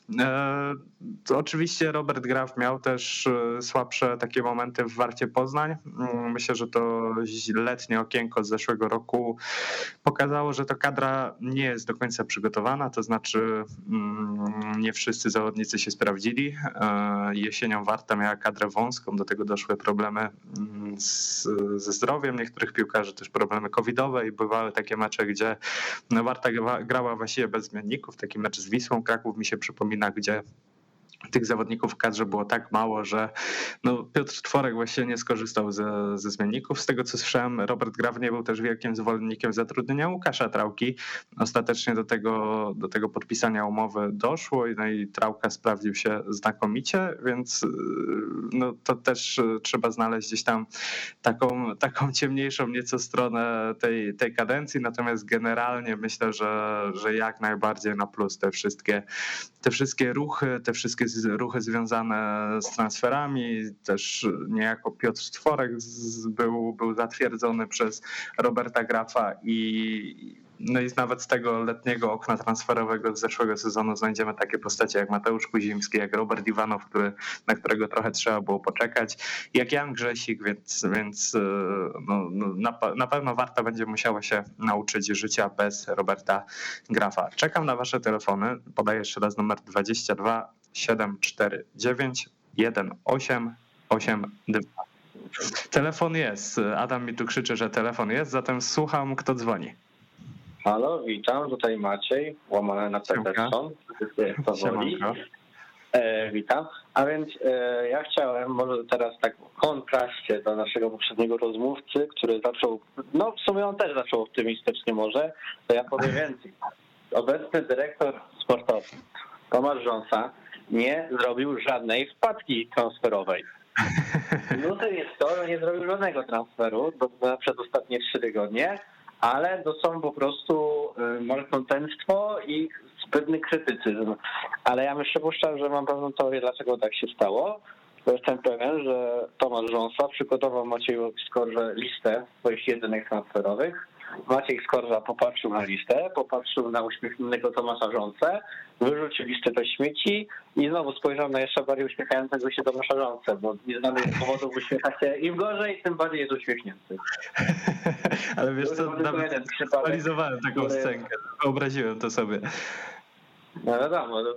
To oczywiście Robert Graf miał też słabsze takie momenty w Warcie Poznań. Myślę, że to letnie okienko z zeszłego roku pokazało, że to kadra nie jest do końca przygotowana, to znaczy nie wszyscy zawodnicy się sprawdzili. Jesienią Warta miała kadrę wąską, do tego doszły problemy z, ze zdrowiem niektórych piłkarzy, też problemy covidowe i bywały takie mecze, gdzie no Warta grała właściwie bez zmienników. Taki mecz z Wisłą Kraków mi się przypomina, gdzie tych zawodników w kadrze było tak mało, że no Piotr Tworek właściwie nie skorzystał ze, ze zmienników. Z tego co słyszałem, Robert Graf nie był też wielkim zwolennikiem zatrudnienia Łukasza Trałki. Ostatecznie do tego, do tego podpisania umowy doszło no i Trałka sprawdził się znakomicie, więc no to też trzeba znaleźć gdzieś tam taką, taką ciemniejszą nieco stronę tej, tej kadencji, natomiast generalnie myślę, że, że jak najbardziej na plus te wszystkie, te wszystkie ruchy, te wszystkie ruchy związane z transferami, też niejako Piotr Tworek był, był zatwierdzony przez Roberta Grafa i no i nawet z tego letniego okna transferowego z zeszłego sezonu znajdziemy takie postacie jak Mateusz Kuzimski, jak Robert Iwanow, który, na którego trochę trzeba było poczekać, jak Jan Grzesik, więc, więc no, no, na, na pewno Warta będzie musiała się nauczyć życia bez Roberta Grafa. Czekam na wasze telefony, podaję jeszcze raz numer dwadzieścia dwa siedem cztery dziewięć jeden osiem osiem dwa. Telefon jest, Adam mi tu krzyczy, że telefon jest, zatem słucham, kto dzwoni. Halo, witam, tutaj Maciej, łamane na Peterson, powoli. E, witam, a więc e, ja chciałem, może teraz tak w kontraście do naszego poprzedniego rozmówcy, który zaczął, no w sumie on też zaczął optymistycznie może, to ja powiem więcej. Obecny dyrektor sportowy Tomasz Rząsa nie zrobił żadnej wpadki transferowej. Minusem jest to, że nie zrobił żadnego transferu do, przez ostatnie trzy tygodnie, ale to są po prostu malkontentstwo i zbędny krytycyzm. Ale ja myślę, że mam pewną teorię, dlaczego tak się stało. Bo jestem pewien, że Tomasz Rząsa przygotował Maciejowi Skorze listę swoich jedynek transferowych Maciej Skorża popatrzył na listę, popatrzył na uśmiechniętego Tomasza Żącę, wyrzucił listę do śmieci i znowu spojrzał na jeszcze bardziej uśmiechającego się Tomasza Żącę, bo z nieznanych powodów uśmiecha się im gorzej, tym bardziej jest uśmiechnięty. Ale wiesz co, nawet aktualizowałem taką który... scenkę, wyobraziłem to sobie. No wiadomo, to,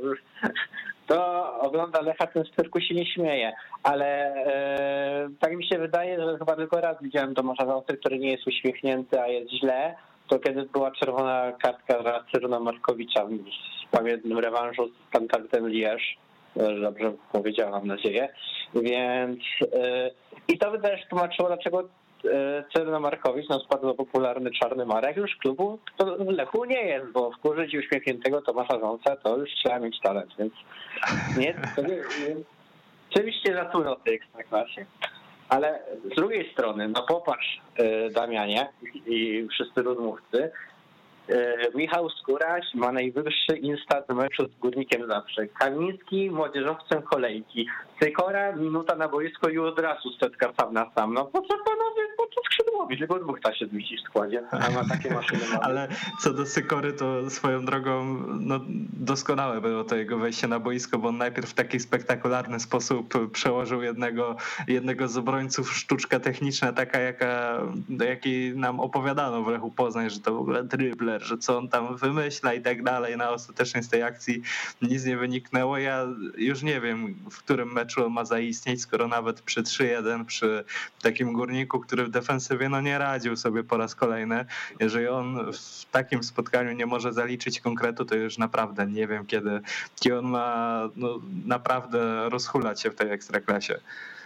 to ogląda Lecha, ten z cyrku się nie śmieje, ale e, tak mi się wydaje, że chyba tylko raz widziałem Tomasza Żący, który nie jest uśmiechnięty, a jest źle, to kiedy była czerwona kartka za Cyruna Markowicza w pamiętnym rewanżu z Standardem Liège, dobrze powiedziałam, mam nadzieję, więc e, i to wydaje się tłumaczyło, dlaczego Cyruna Markowicz, nasz bardzo popularny czarny Marek, już w klubu to w Lechu nie jest, bo wkurzyć uśmiechniętego Tomasza Żąca to już trzeba mieć talent, więc nie, to nie, nie. Oczywiście zasłynął w tej Ekstraklasie. Ale z drugiej strony, no popatrz Damianie i wszyscy rozmówcy, Michał Skóraś ma najwyższy instant meczu z Górnikiem Zabrze. Kamiński młodzieżowcem kolejki. Sykora minuta na boisko i od razu setka sam na sam. No po co panowie, po co skrzydłowi? Tylko dwóch ta się zmieści w składzie. A ma takie maszyny. Mamy. Ale co do Sykory, to swoją drogą no, doskonałe było to jego wejście na boisko, bo on najpierw w taki spektakularny sposób przełożył jednego, jednego z obrońców, sztuczka techniczna taka, jaka, do jakiej nam opowiadano w Lechu Poznań, że to w ogóle dribler, że co on tam wymyśla i tak dalej. No ostatecznie z tej akcji nic nie wyniknęło. Ja już nie wiem, w którym meczu on ma zaistnieć, skoro nawet przy trzy jeden, przy takim Górniku, który w defensywie no nie radził sobie po raz kolejny. Jeżeli on w takim spotkaniu nie może zaliczyć konkretu, to już naprawdę nie wiem, kiedy, kiedy on ma no, naprawdę rozhulać się w tej Ekstraklasie.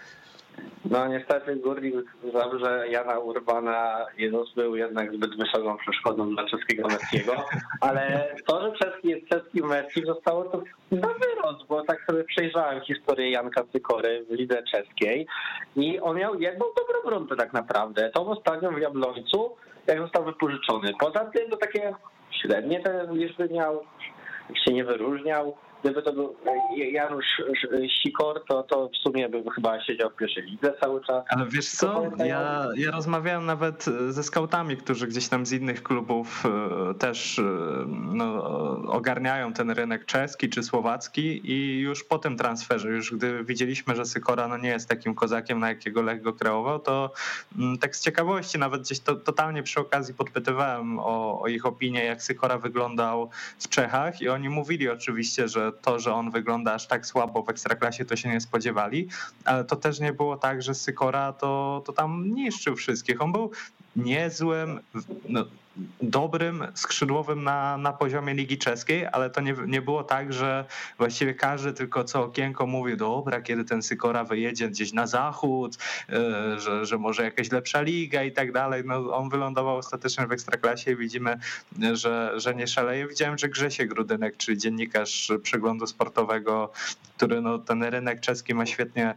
No niestety Górnik Zabrze Jana Urbana był jednak zbyt wysoką przeszkodą dla czeskiego Messiego, ale to, że czeski jest czeskim Messi, zostało to na wyrost, bo tak sobie przejrzałem historię Janka Sykory w lidze czeskiej i on miał jedną dobrą rundę tak naprawdę. To ostatnio w Jablońcu, jak został wypożyczony. Poza tym to takie średnie te liczby miał, się nie wyróżniał. Gdyby to był Janusz Sikor, to, to w sumie bym chyba siedział w pierwszej lidze cały czas. Ale wiesz co, ja, ja rozmawiałem nawet ze skautami, którzy gdzieś tam z innych klubów też no, ogarniają ten rynek czeski czy słowacki i już po tym transferze, już gdy widzieliśmy, że Sykora no, nie jest takim kozakiem, na jakiego Lech go kreował, to tak z ciekawości nawet gdzieś to, totalnie przy okazji podpytywałem o, o ich opinię, jak Sykora wyglądał w Czechach i oni mówili oczywiście, że to, że on wygląda aż tak słabo w Ekstraklasie, to się nie spodziewali, ale to też nie było tak, że Sykora to, to tam niszczył wszystkich. On był niezłym, no, dobrym skrzydłowym na, na poziomie Ligi Czeskiej, ale to nie, nie było tak, że właściwie każdy tylko co okienko mówi, dobra, kiedy ten Sykora wyjedzie gdzieś na zachód, yy, że, że może jakaś lepsza liga i tak dalej. No, on wylądował ostatecznie w Ekstraklasie i widzimy, że, że nie szaleje. Widziałem, że Grzesiek Rudynek, czyli dziennikarz Przeglądu Sportowego, który no, ten rynek czeski ma świetnie,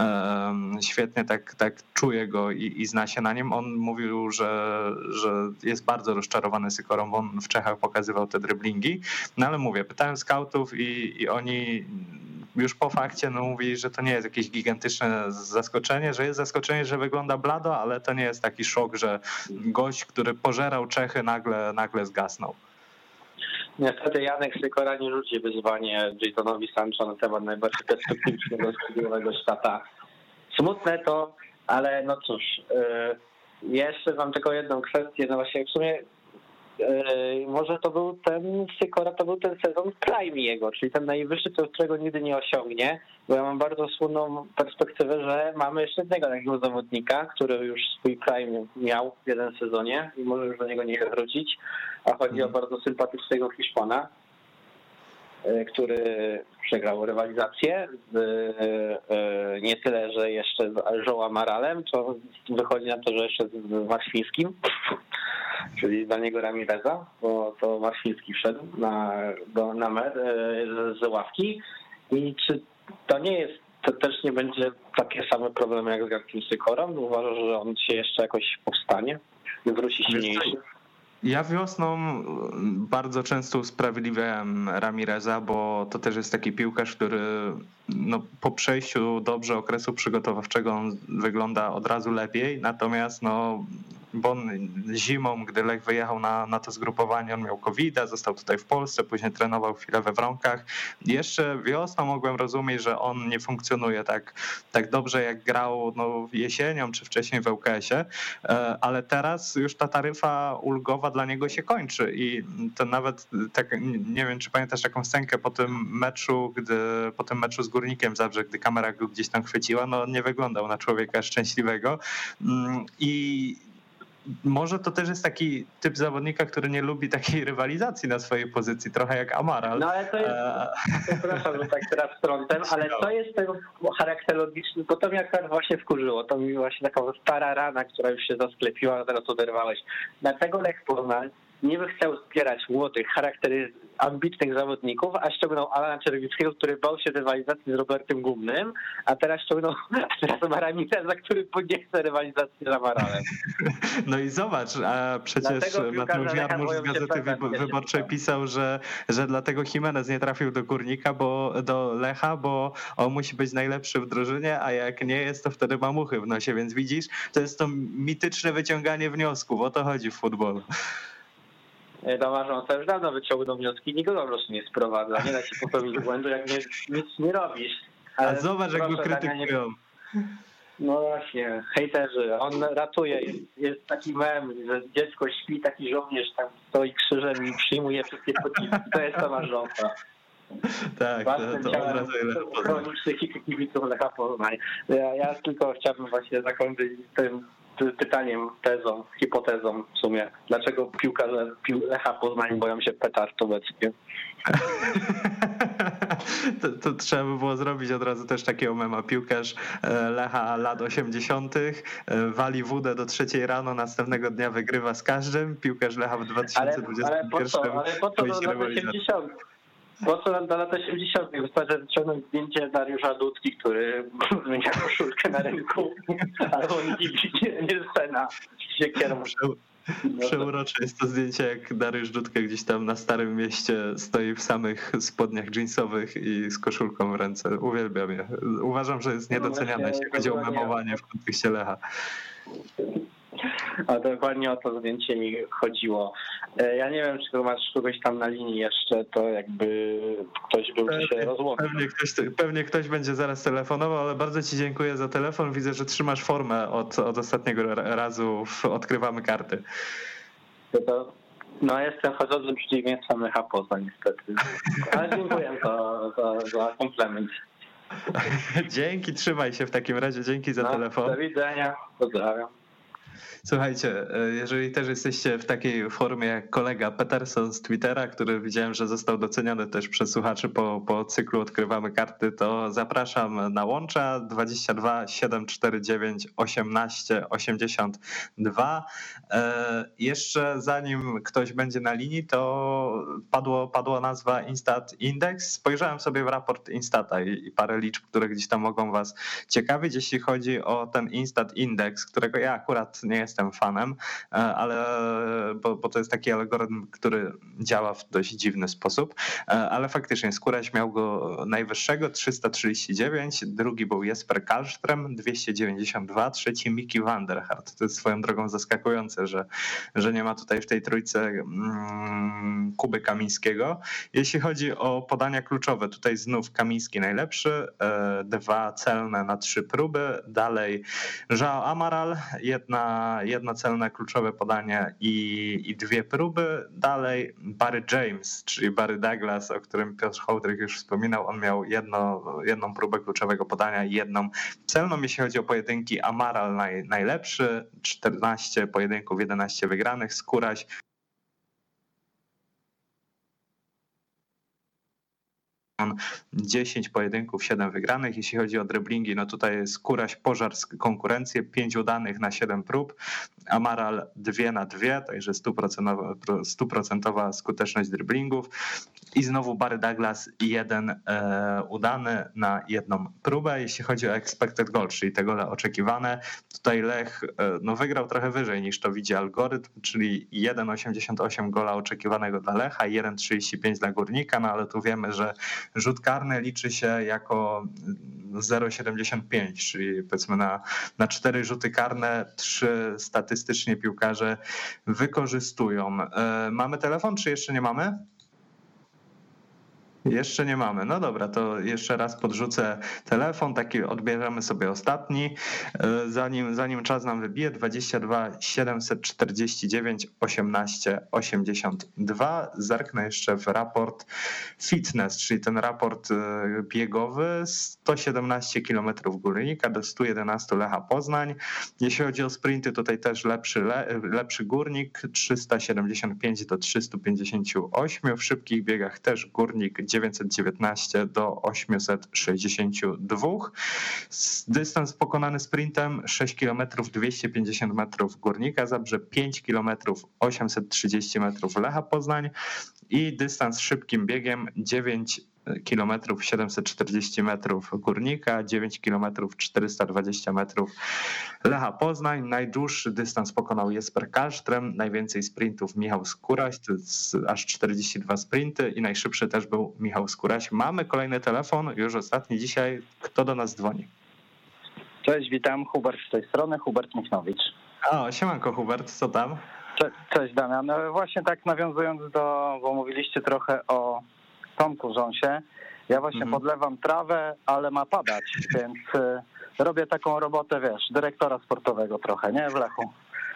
yy, świetnie tak, tak czuje go i, i zna się na nim. On mówił, że, że jest bardzo rozczarowany Sykorą, bo on w Czechach pokazywał te driblingi. No ale mówię, pytałem skautów i, i oni już po fakcie no, mówili, że to nie jest jakieś gigantyczne zaskoczenie, że jest zaskoczenie, że wygląda blado, ale to nie jest taki szok, że gość, który pożerał Czechy, nagle, nagle zgasnął. Niestety Janek Sykora nie rzuci wyzwanie Jaytonowi Sancho na temat najbardziej perspektywicznego skrzydłowego świata. Smutne to, ale no cóż, yy, jeszcze mam tylko jedną kwestię, no właśnie w sumie yy, może to był ten Sykora, to był ten sezon prime jego, czyli ten najwyższy, co którego nigdy nie osiągnie, bo ja mam bardzo słynną perspektywę, że mamy jeszcze jednego takiego zawodnika, który już swój prime miał w jeden sezonie i może już do niego nie wrócić, a chodzi o bardzo sympatycznego Hiszpana, który przegrał rywalizację z, nie tyle, że jeszcze z João Maralem, to wychodzi na to, że jeszcze z Marświńskim, czyli dla niego Ramireza, bo to Marświński wszedł na, do, na mer z, z ławki. I czy to nie jest, to też nie będzie takie same problemy jak z Jarkiem Sykorą? Uważasz, że on się jeszcze jakoś powstanie i wróci silniejszy? Ja wiosną bardzo często usprawiedliwiałem Ramireza, bo to też jest taki piłkarz, który no, po przejściu dobrze okresu przygotowawczego on wygląda od razu lepiej, natomiast no, bo on zimą, gdy Lech wyjechał na, na to zgrupowanie, on miał kowida, został tutaj w Polsce, później trenował chwilę we Wronkach. Jeszcze wiosną mogłem rozumieć, że on nie funkcjonuje tak, tak dobrze, jak grał no, jesienią czy wcześniej w ŁKS-ie, ale teraz już ta taryfa ulgowa dla niego się kończy i to nawet tak, nie wiem, czy pamiętasz taką scenkę po tym meczu, gdy po tym meczu z Górnikiem Zabrze, gdy kamera go gdzieś tam chwyciła, no on nie wyglądał na człowieka szczęśliwego i może to też jest taki typ zawodnika, który nie lubi takiej rywalizacji na swojej pozycji, trochę jak Amaral. No ale to jest, przepraszam, że tak teraz wtrącę, ale to jest tego charakterologiczny, bo to mnie akurat właśnie wkurzyło, to mi właśnie taka stara rana, która już się zasklepiła, a teraz oderwałeś. Dlatego Lech Poznań niby chciał wspierać młodych, charaktery ambitnych zawodników, a ściągnął Alana Czerwickiego, który bał się rywalizacji z Robertem Gumnym, a teraz ściągnął a teraz Maramiteza, który nie chce rywalizacji z Amaralem. No i zobacz, a przecież Mateusz Jarmusz z Gazety Wyborczej pisał, że, że dlatego Jimenez nie trafił do Górnika, bo do Lecha, bo on musi być najlepszy w drużynie, a jak nie jest, to wtedy ma muchy w nosie, więc widzisz, to jest to mityczne wyciąganie wniosków, o to chodzi w futbolu. Tomasz, to już dawno wyciągnął wnioski, nikt go po prostu nie sprowadza. Nie da się popełnić błędu, jak nie, nic nie robisz. Ale a zobacz, jak go krytykują. No właśnie, hejterzy. On ratuje. Jest, jest taki mem, że dziecko śpi, taki żołnierz tam stoi krzyżem i przyjmuje wszystkie pociski. To jest Tomasz Rząsa. Tak, to, to od razu chronić psychikę kibiców Lecha Poznań. Ja, ja tylko chciałbym właśnie zakończyć tym pytaniem, tezą, hipotezą w sumie. Dlaczego piłkarze Lecha Poznań boją się petard obecnie? To, to trzeba by było zrobić od razu też takiego mema. Piłkarz Lecha lat osiemdziesiątych wali wódę do trzeciej rano, następnego dnia wygrywa z każdym. Piłkarz Lecha w dwa tysiące dwudziestym pierwszym ale, ale po co, ale po co do lat osiemdziesiątych? Po co nam do lat osiemdziesiątych? Wystarczy wyciągnąć zdjęcie Dariusza Dudki, który zmienia koszulkę na rynku, albo nie, nie scena z siekierą. Przeurocze jest to zdjęcie, jak Dariusz Dudka gdzieś tam na Starym Mieście stoi w samych spodniach jeansowych i z koszulką w ręce. Uwielbiam je. Uważam, że jest niedoceniane, jeśli chodzi o memowanie w kontekście Lecha. A dokładnie o to zdjęcie mi chodziło. Ja nie wiem, czy masz kogoś tam na linii jeszcze, to jakby ktoś był się rozłączył. Pewnie ktoś, pewnie ktoś będzie zaraz telefonował, ale bardzo ci dziękuję za telefon. Widzę, że trzymasz formę od, od ostatniego razu w Odkrywamy Karty. To, no jestem chodzącym przeciwieństwem Lecha Poznań niestety. Ale dziękuję za, za, za komplement. Dzięki, trzymaj się w takim razie. Dzięki za no, telefon. Do widzenia, pozdrawiam. Słuchajcie, jeżeli też jesteście w takiej formie jak kolega Peterson z Twittera, który widziałem, że został doceniony też przez słuchaczy po, po cyklu Odkrywamy Karty, to zapraszam na łącza dwadzieścia dwa siedem cztery dziewięć osiemnaście osiemdziesiąt dwa. Jeszcze zanim ktoś będzie na linii, to padło, padła nazwa Instat Index. Spojrzałem sobie w raport Instata i, i parę liczb, które gdzieś tam mogą was ciekawić, jeśli chodzi o ten Instat Index, którego ja akurat nie jestem jestem fanem, ale bo, bo to jest taki algorytm, który działa w dość dziwny sposób, ale faktycznie Skóraś miał go najwyższego trzysta trzydzieści dziewięć, drugi był Jesper Karlström dwieście dziewięćdziesiąt dwa, trzeci Miki van der Hart. To jest swoją drogą zaskakujące, że, że nie ma tutaj w tej trójce mm, Kuby Kamińskiego. Jeśli chodzi o podania kluczowe, tutaj znów Kamiński najlepszy, dwa celne na trzy próby, dalej João Amaral, jedna jedno celne kluczowe podanie i, i dwie próby. Dalej Barry James, czyli Barry Douglas, o którym Piotr Hołdryk już wspominał. On miał jedno, jedną próbę kluczowego podania i jedną celną. Jeśli chodzi o pojedynki, Amaral naj, najlepszy, czternaście pojedynków, jedenaście wygranych. Skóraś dziesięć pojedynków, siedem wygranych. Jeśli chodzi o driblingi, no tutaj jest Skóraś pożar konkurencję, pięć udanych na siedem prób. Amaral dwie na dwie, także stuprocentowa skuteczność driblingów. I znowu Barry Douglas jeden e, udany na jedną próbę. Jeśli chodzi o expected goal, czyli te gole oczekiwane, tutaj Lech e, no wygrał trochę wyżej niż to widzi algorytm, czyli jeden przecinek osiemdziesiąt osiem gola oczekiwanego dla Lecha, jeden przecinek trzydzieści pięć dla Górnika, no ale tu wiemy, że rzut karny liczy się jako zero przecinek siedemdziesiąt pięć, czyli powiedzmy na, na cztery rzuty karne trzy statystycznie piłkarze wykorzystują. Mamy telefon, czy jeszcze nie mamy? Jeszcze nie mamy. No dobra, to jeszcze raz podrzucę telefon, taki odbierzemy sobie ostatni. Zanim, zanim czas nam wybije, dwadzieścia dwa siedemset czterdzieści dziewięć osiemnaście osiemdziesiąt dwa. Zerknę jeszcze w raport fitness, czyli ten raport biegowy. sto siedemnaście kilometrów Górnika do stu jedenastu Lecha Poznań. Jeśli chodzi o sprinty, tutaj też lepszy, lepszy Górnik, trzysta siedemdziesiąt pięć do trzystu pięćdziesięciu ośmiu. W szybkich biegach też Górnik dziewięćset dziewiętnaście do osiemset sześćdziesięciu dwóch. Dystans pokonany sprintem sześć kilometrów dwieście pięćdziesiąt metrów Górnika Zabrze, pięć kilometrów osiemset trzydzieści metrów Lecha Poznań i dystans szybkim biegiem dziewięć kilometrów siedemset czterdzieści metrów Górnika, dziewięć kilometrów czterysta dwadzieścia metrów Lecha Poznań. Najdłuższy dystans pokonał Jesper Karlström, najwięcej sprintów Michał Skóraś, to jest aż czterdzieści dwa sprinty i najszybszy też był Michał Skóraś. Mamy kolejny telefon, już ostatni dzisiaj. Kto do nas dzwoni? Cześć, witam, Hubert z tej strony, Hubert Michnowicz. O, siemanko Hubert, co tam? Cze- Cześć Damian, właśnie tak nawiązując do, bo mówiliście trochę o Tomku Rząsie, ja właśnie Mhm. podlewam trawę, ale ma padać, więc y, robię taką robotę, wiesz, dyrektora sportowego trochę, nie, w Lechu.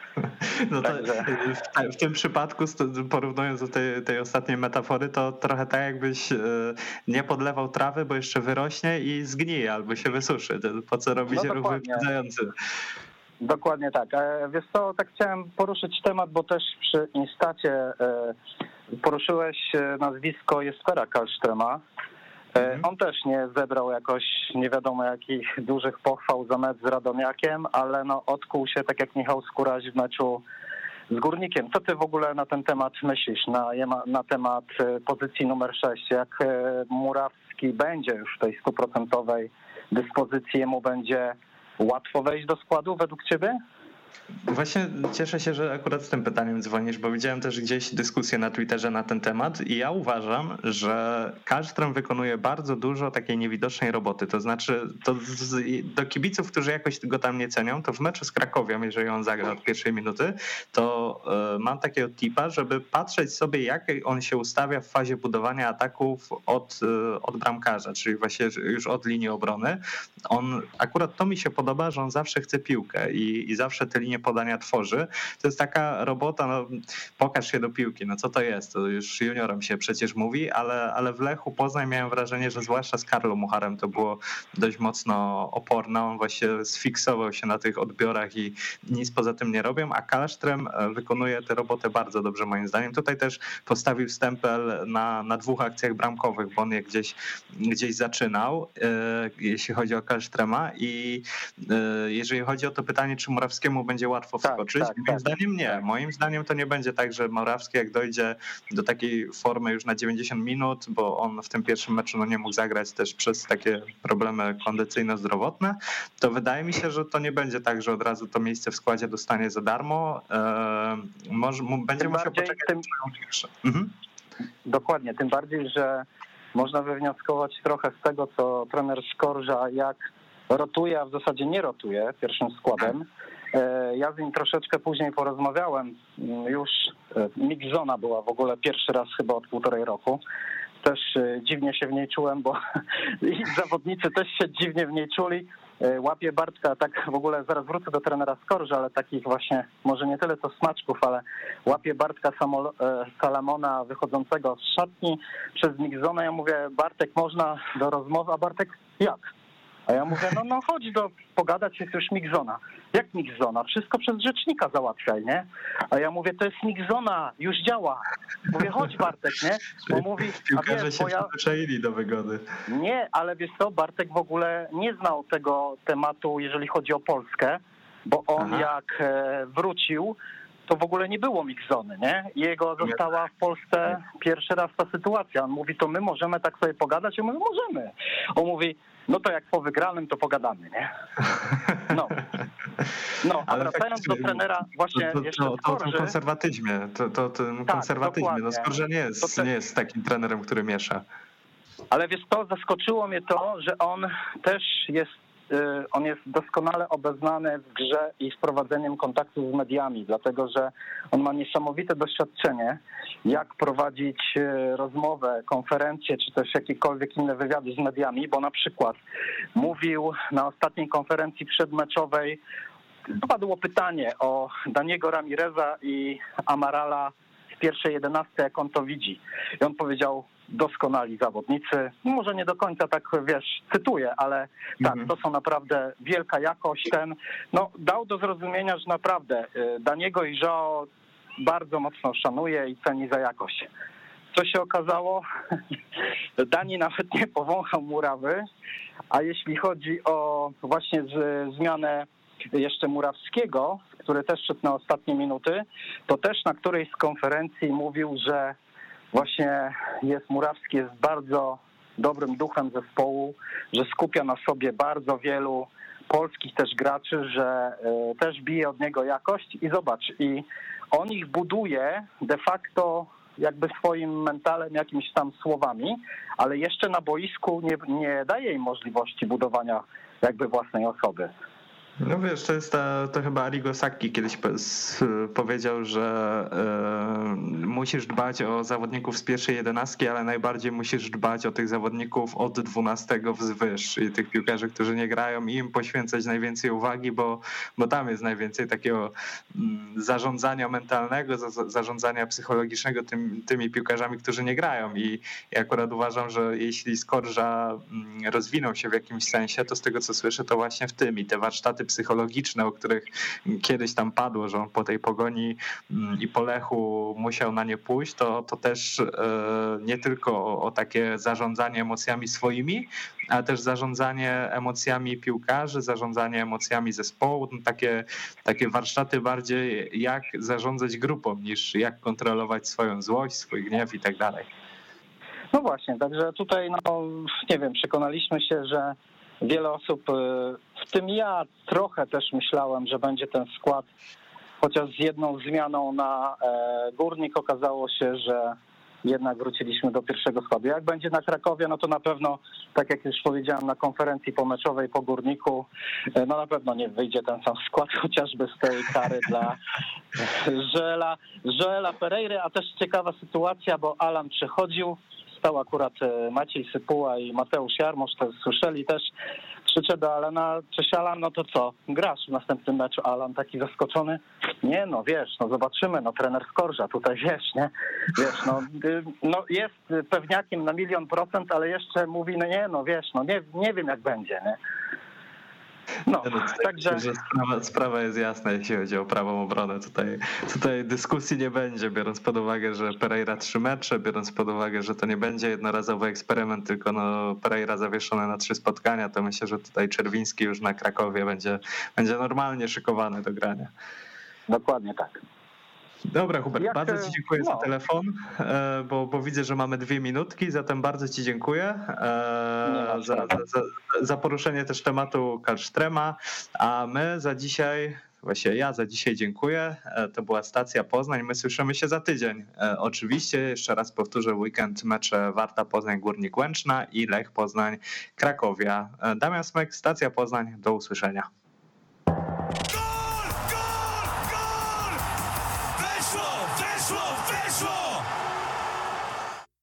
No to Także. w, w tym przypadku, porównując do tej, tej ostatniej metafory, to trochę tak jakbyś nie podlewał trawy, bo jeszcze wyrośnie i zgnije albo się wysuszy. Po co robić No ruch dokładnie. wyprzedzający? Dokładnie tak. E, Wiesz co, tak chciałem poruszyć temat, bo też przy Instacie e, poruszyłeś e, nazwisko Jespera Karlströma. E, Mhm. On też nie zebrał jakoś nie wiadomo jakich dużych pochwał za mecz z Radomiakiem, ale no odkuł się tak jak Michał Skóraś w meczu z Górnikiem. Co ty w ogóle na ten temat myślisz, na, na temat e, pozycji numer sześć? Jak e, Murawski będzie już w tej stuprocentowej dyspozycji, jemu będzie łatwo wejść do składu według ciebie? Właśnie cieszę się, że akurat z tym pytaniem dzwonisz, bo widziałem też gdzieś dyskusję na Twitterze na ten temat i ja uważam, że Karlström wykonuje bardzo dużo takiej niewidocznej roboty. To znaczy to z, do kibiców, którzy jakoś go tam nie cenią, to w meczu z Krakowią, jeżeli on zagra od pierwszej minuty, to y, mam takiego tipa, żeby patrzeć sobie, jak on się ustawia w fazie budowania ataków od, y, od bramkarza, czyli właśnie już od linii obrony. On, akurat to mi się podoba, że on zawsze chce piłkę i, i zawsze te linie podania tworzy. To jest taka robota, no pokaż się do piłki, no co to jest? To już juniorom się przecież mówi, ale, ale w Lechu Poznań miałem wrażenie, że zwłaszcza z Karlo Mucharem to było dość mocno oporne. On właśnie sfiksował się na tych odbiorach i nic poza tym nie robią, a Karlström wykonuje tę robotę bardzo dobrze moim zdaniem. Tutaj też postawił stempel na, na dwóch akcjach bramkowych, bo on je gdzieś, gdzieś zaczynał, jeśli chodzi o Karlströma i jeżeli chodzi o to pytanie, czy Murawskiemu będzie łatwo wskoczyć, tak, moim tak. zdaniem nie. Moim zdaniem to nie będzie tak, że Murawski jak dojdzie do takiej formy już na dziewięćdziesiąt minut, bo on w tym pierwszym meczu no nie mógł zagrać też przez takie problemy kondycyjno-zdrowotne, to wydaje mi się, że to nie będzie tak, że od razu to miejsce w składzie dostanie za darmo. Eee, może, będzie Tym musiał bardziej, poczekać. tym, Mhm. Dokładnie, tym bardziej, że można wywnioskować trochę z tego, co trener Skorża jak rotuje, a w zasadzie nie rotuje pierwszym składem. Ja z nim troszeczkę później porozmawiałem. Już mix-zona była w ogóle pierwszy raz chyba od półtorej roku. Też dziwnie się w niej czułem, bo i zawodnicy też się dziwnie w niej czuli. Łapie Bartka, tak w ogóle zaraz wrócę do trenera Skorża, ale takich właśnie, może nie tyle co smaczków, ale łapie Bartka Samol- Salamona wychodzącego z szatni przez mix-zonę. Ja mówię, Bartek, można do rozmowy, a Bartek, jak? A ja mówię, no, no chodź do, pogadać, jest już mix-zona. Jak mix-zona? Wszystko przez rzecznika załatwiaj, nie? A ja mówię, to jest mix-zona, już działa. Mówię, chodź Bartek, nie? Bo mówi, a Piłkarze wiesz, się bo ja... przyzwyczaili do wygody. Nie, ale wiesz co, Bartek w ogóle nie znał tego tematu, jeżeli chodzi o Polskę, bo on Aha. jak e, wrócił, to w ogóle nie było mix-zony, nie? Jego została w Polsce pierwszy raz ta sytuacja. On mówi, to my możemy tak sobie pogadać? Ja mówię, możemy. On mówi, no to jak po wygranym, to pogadamy, nie? No, no a Ale wracając do faktycznie, trenera, właśnie To, to, jeszcze to, to o tym Skorży, konserwatyzmie, to, to, tym Tak, konserwatyzmie. No dokładnie. Skorża nie jest, To te- nie jest takim trenerem, który miesza. Ale wiesz co, zaskoczyło mnie to, że on też jest, on jest doskonale obeznany w grze i z prowadzeniem kontaktu z mediami, dlatego że on ma niesamowite doświadczenie, jak prowadzić rozmowę, konferencję, czy też jakiekolwiek inne wywiady z mediami, bo na przykład mówił na ostatniej konferencji przedmeczowej, padło pytanie o Daniego Ramireza i Amarala w pierwszej jedenastce, jak on to widzi. I on powiedział, doskonali zawodnicy, może nie do końca tak, wiesz, cytuję, ale tak, to są naprawdę wielka jakość. Ten, no, dał do zrozumienia, że naprawdę Daniego i João bardzo mocno szanuje i ceni za jakość. Co się okazało? Dani nawet nie powąchał murawy, a jeśli chodzi o właśnie z, zmianę jeszcze Murawskiego, który też szedł na ostatnie minuty, to też na którejś z konferencji mówił, że właśnie jest Murawski jest bardzo dobrym duchem zespołu, że skupia na sobie bardzo wielu polskich też graczy, że też bije od niego jakość i zobacz, i on ich buduje de facto jakby swoim mentalem, jakimiś tam słowami, ale jeszcze na boisku nie, nie daje im możliwości budowania jakby własnej osoby. No wiesz, to jest ta, to chyba Arrigo Sacchi kiedyś powiedział, że y, musisz dbać o zawodników z pierwszej jedenastki, ale najbardziej musisz dbać o tych zawodników od dwunastego wzwyż i tych piłkarzy, którzy nie grają, i im poświęcać najwięcej uwagi, bo, bo tam jest najwięcej takiego zarządzania mentalnego, zarządzania psychologicznego tym, tymi piłkarzami, którzy nie grają. I ja akurat uważam, że jeśli Skorża rozwinął się w jakimś sensie, to z tego co słyszę, to właśnie w tym, i te warsztaty psychologiczne, o których kiedyś tam padło, że on po tej Pogoni i po Lechu musiał na nie pójść, to, to też nie tylko o, o takie zarządzanie emocjami swoimi, ale też zarządzanie emocjami piłkarzy, zarządzanie emocjami zespołu, no takie, takie warsztaty bardziej jak zarządzać grupą, niż jak kontrolować swoją złość, swój gniew i tak dalej. No właśnie, także tutaj, no nie wiem, przekonaliśmy się, że wiele osób, w tym ja trochę też myślałem, że będzie ten skład, chociaż z jedną zmianą na Górnik okazało się, że jednak wróciliśmy do pierwszego składu. Jak będzie na Krakowie, no to na pewno, tak jak już powiedziałem na konferencji pomeczowej po Górniku, no na pewno nie wyjdzie ten sam skład, chociażby z tej kary dla Joela, Joela Pereiry, a też ciekawa sytuacja, bo Alan przechodził, stał akurat Maciej Sypuła i Mateusz Jarmosz, to słyszeli też, krzyczę do Alana, cześć Alan, no to co, grasz w następnym meczu? Alan taki zaskoczony, nie no wiesz, no zobaczymy, no trener Skorża tutaj wiesz, nie, wiesz, no, no jest pewniakiem na milion procent, ale jeszcze mówi, no nie, no wiesz, no nie, nie wiem jak będzie, nie. No, no także... Myślę, że sprawa, sprawa jest jasna, jeśli chodzi o prawą obronę. Tutaj, tutaj dyskusji nie będzie, biorąc pod uwagę, że Pereira trzy mecze, biorąc pod uwagę, że to nie będzie jednorazowy eksperyment, tylko no Pereira zawieszony na trzy spotkania, to myślę, że tutaj Czerwiński już na Krakowie będzie, będzie normalnie szykowany do grania. Dokładnie tak. Dobra, Hubert, Jak, bardzo Ci dziękuję no. za telefon, bo, bo widzę, że mamy dwie minutki, zatem bardzo Ci dziękuję za, za, za, za poruszenie też tematu Kallströma, a my za dzisiaj, właśnie ja za dzisiaj dziękuję. To była Stacja Poznań, my słyszymy się za tydzień. Oczywiście, jeszcze raz powtórzę, weekend mecze Warta Poznań, Górnik Łęczna i Lech Poznań, Krakowia. Damian Smek, Stacja Poznań, do usłyszenia.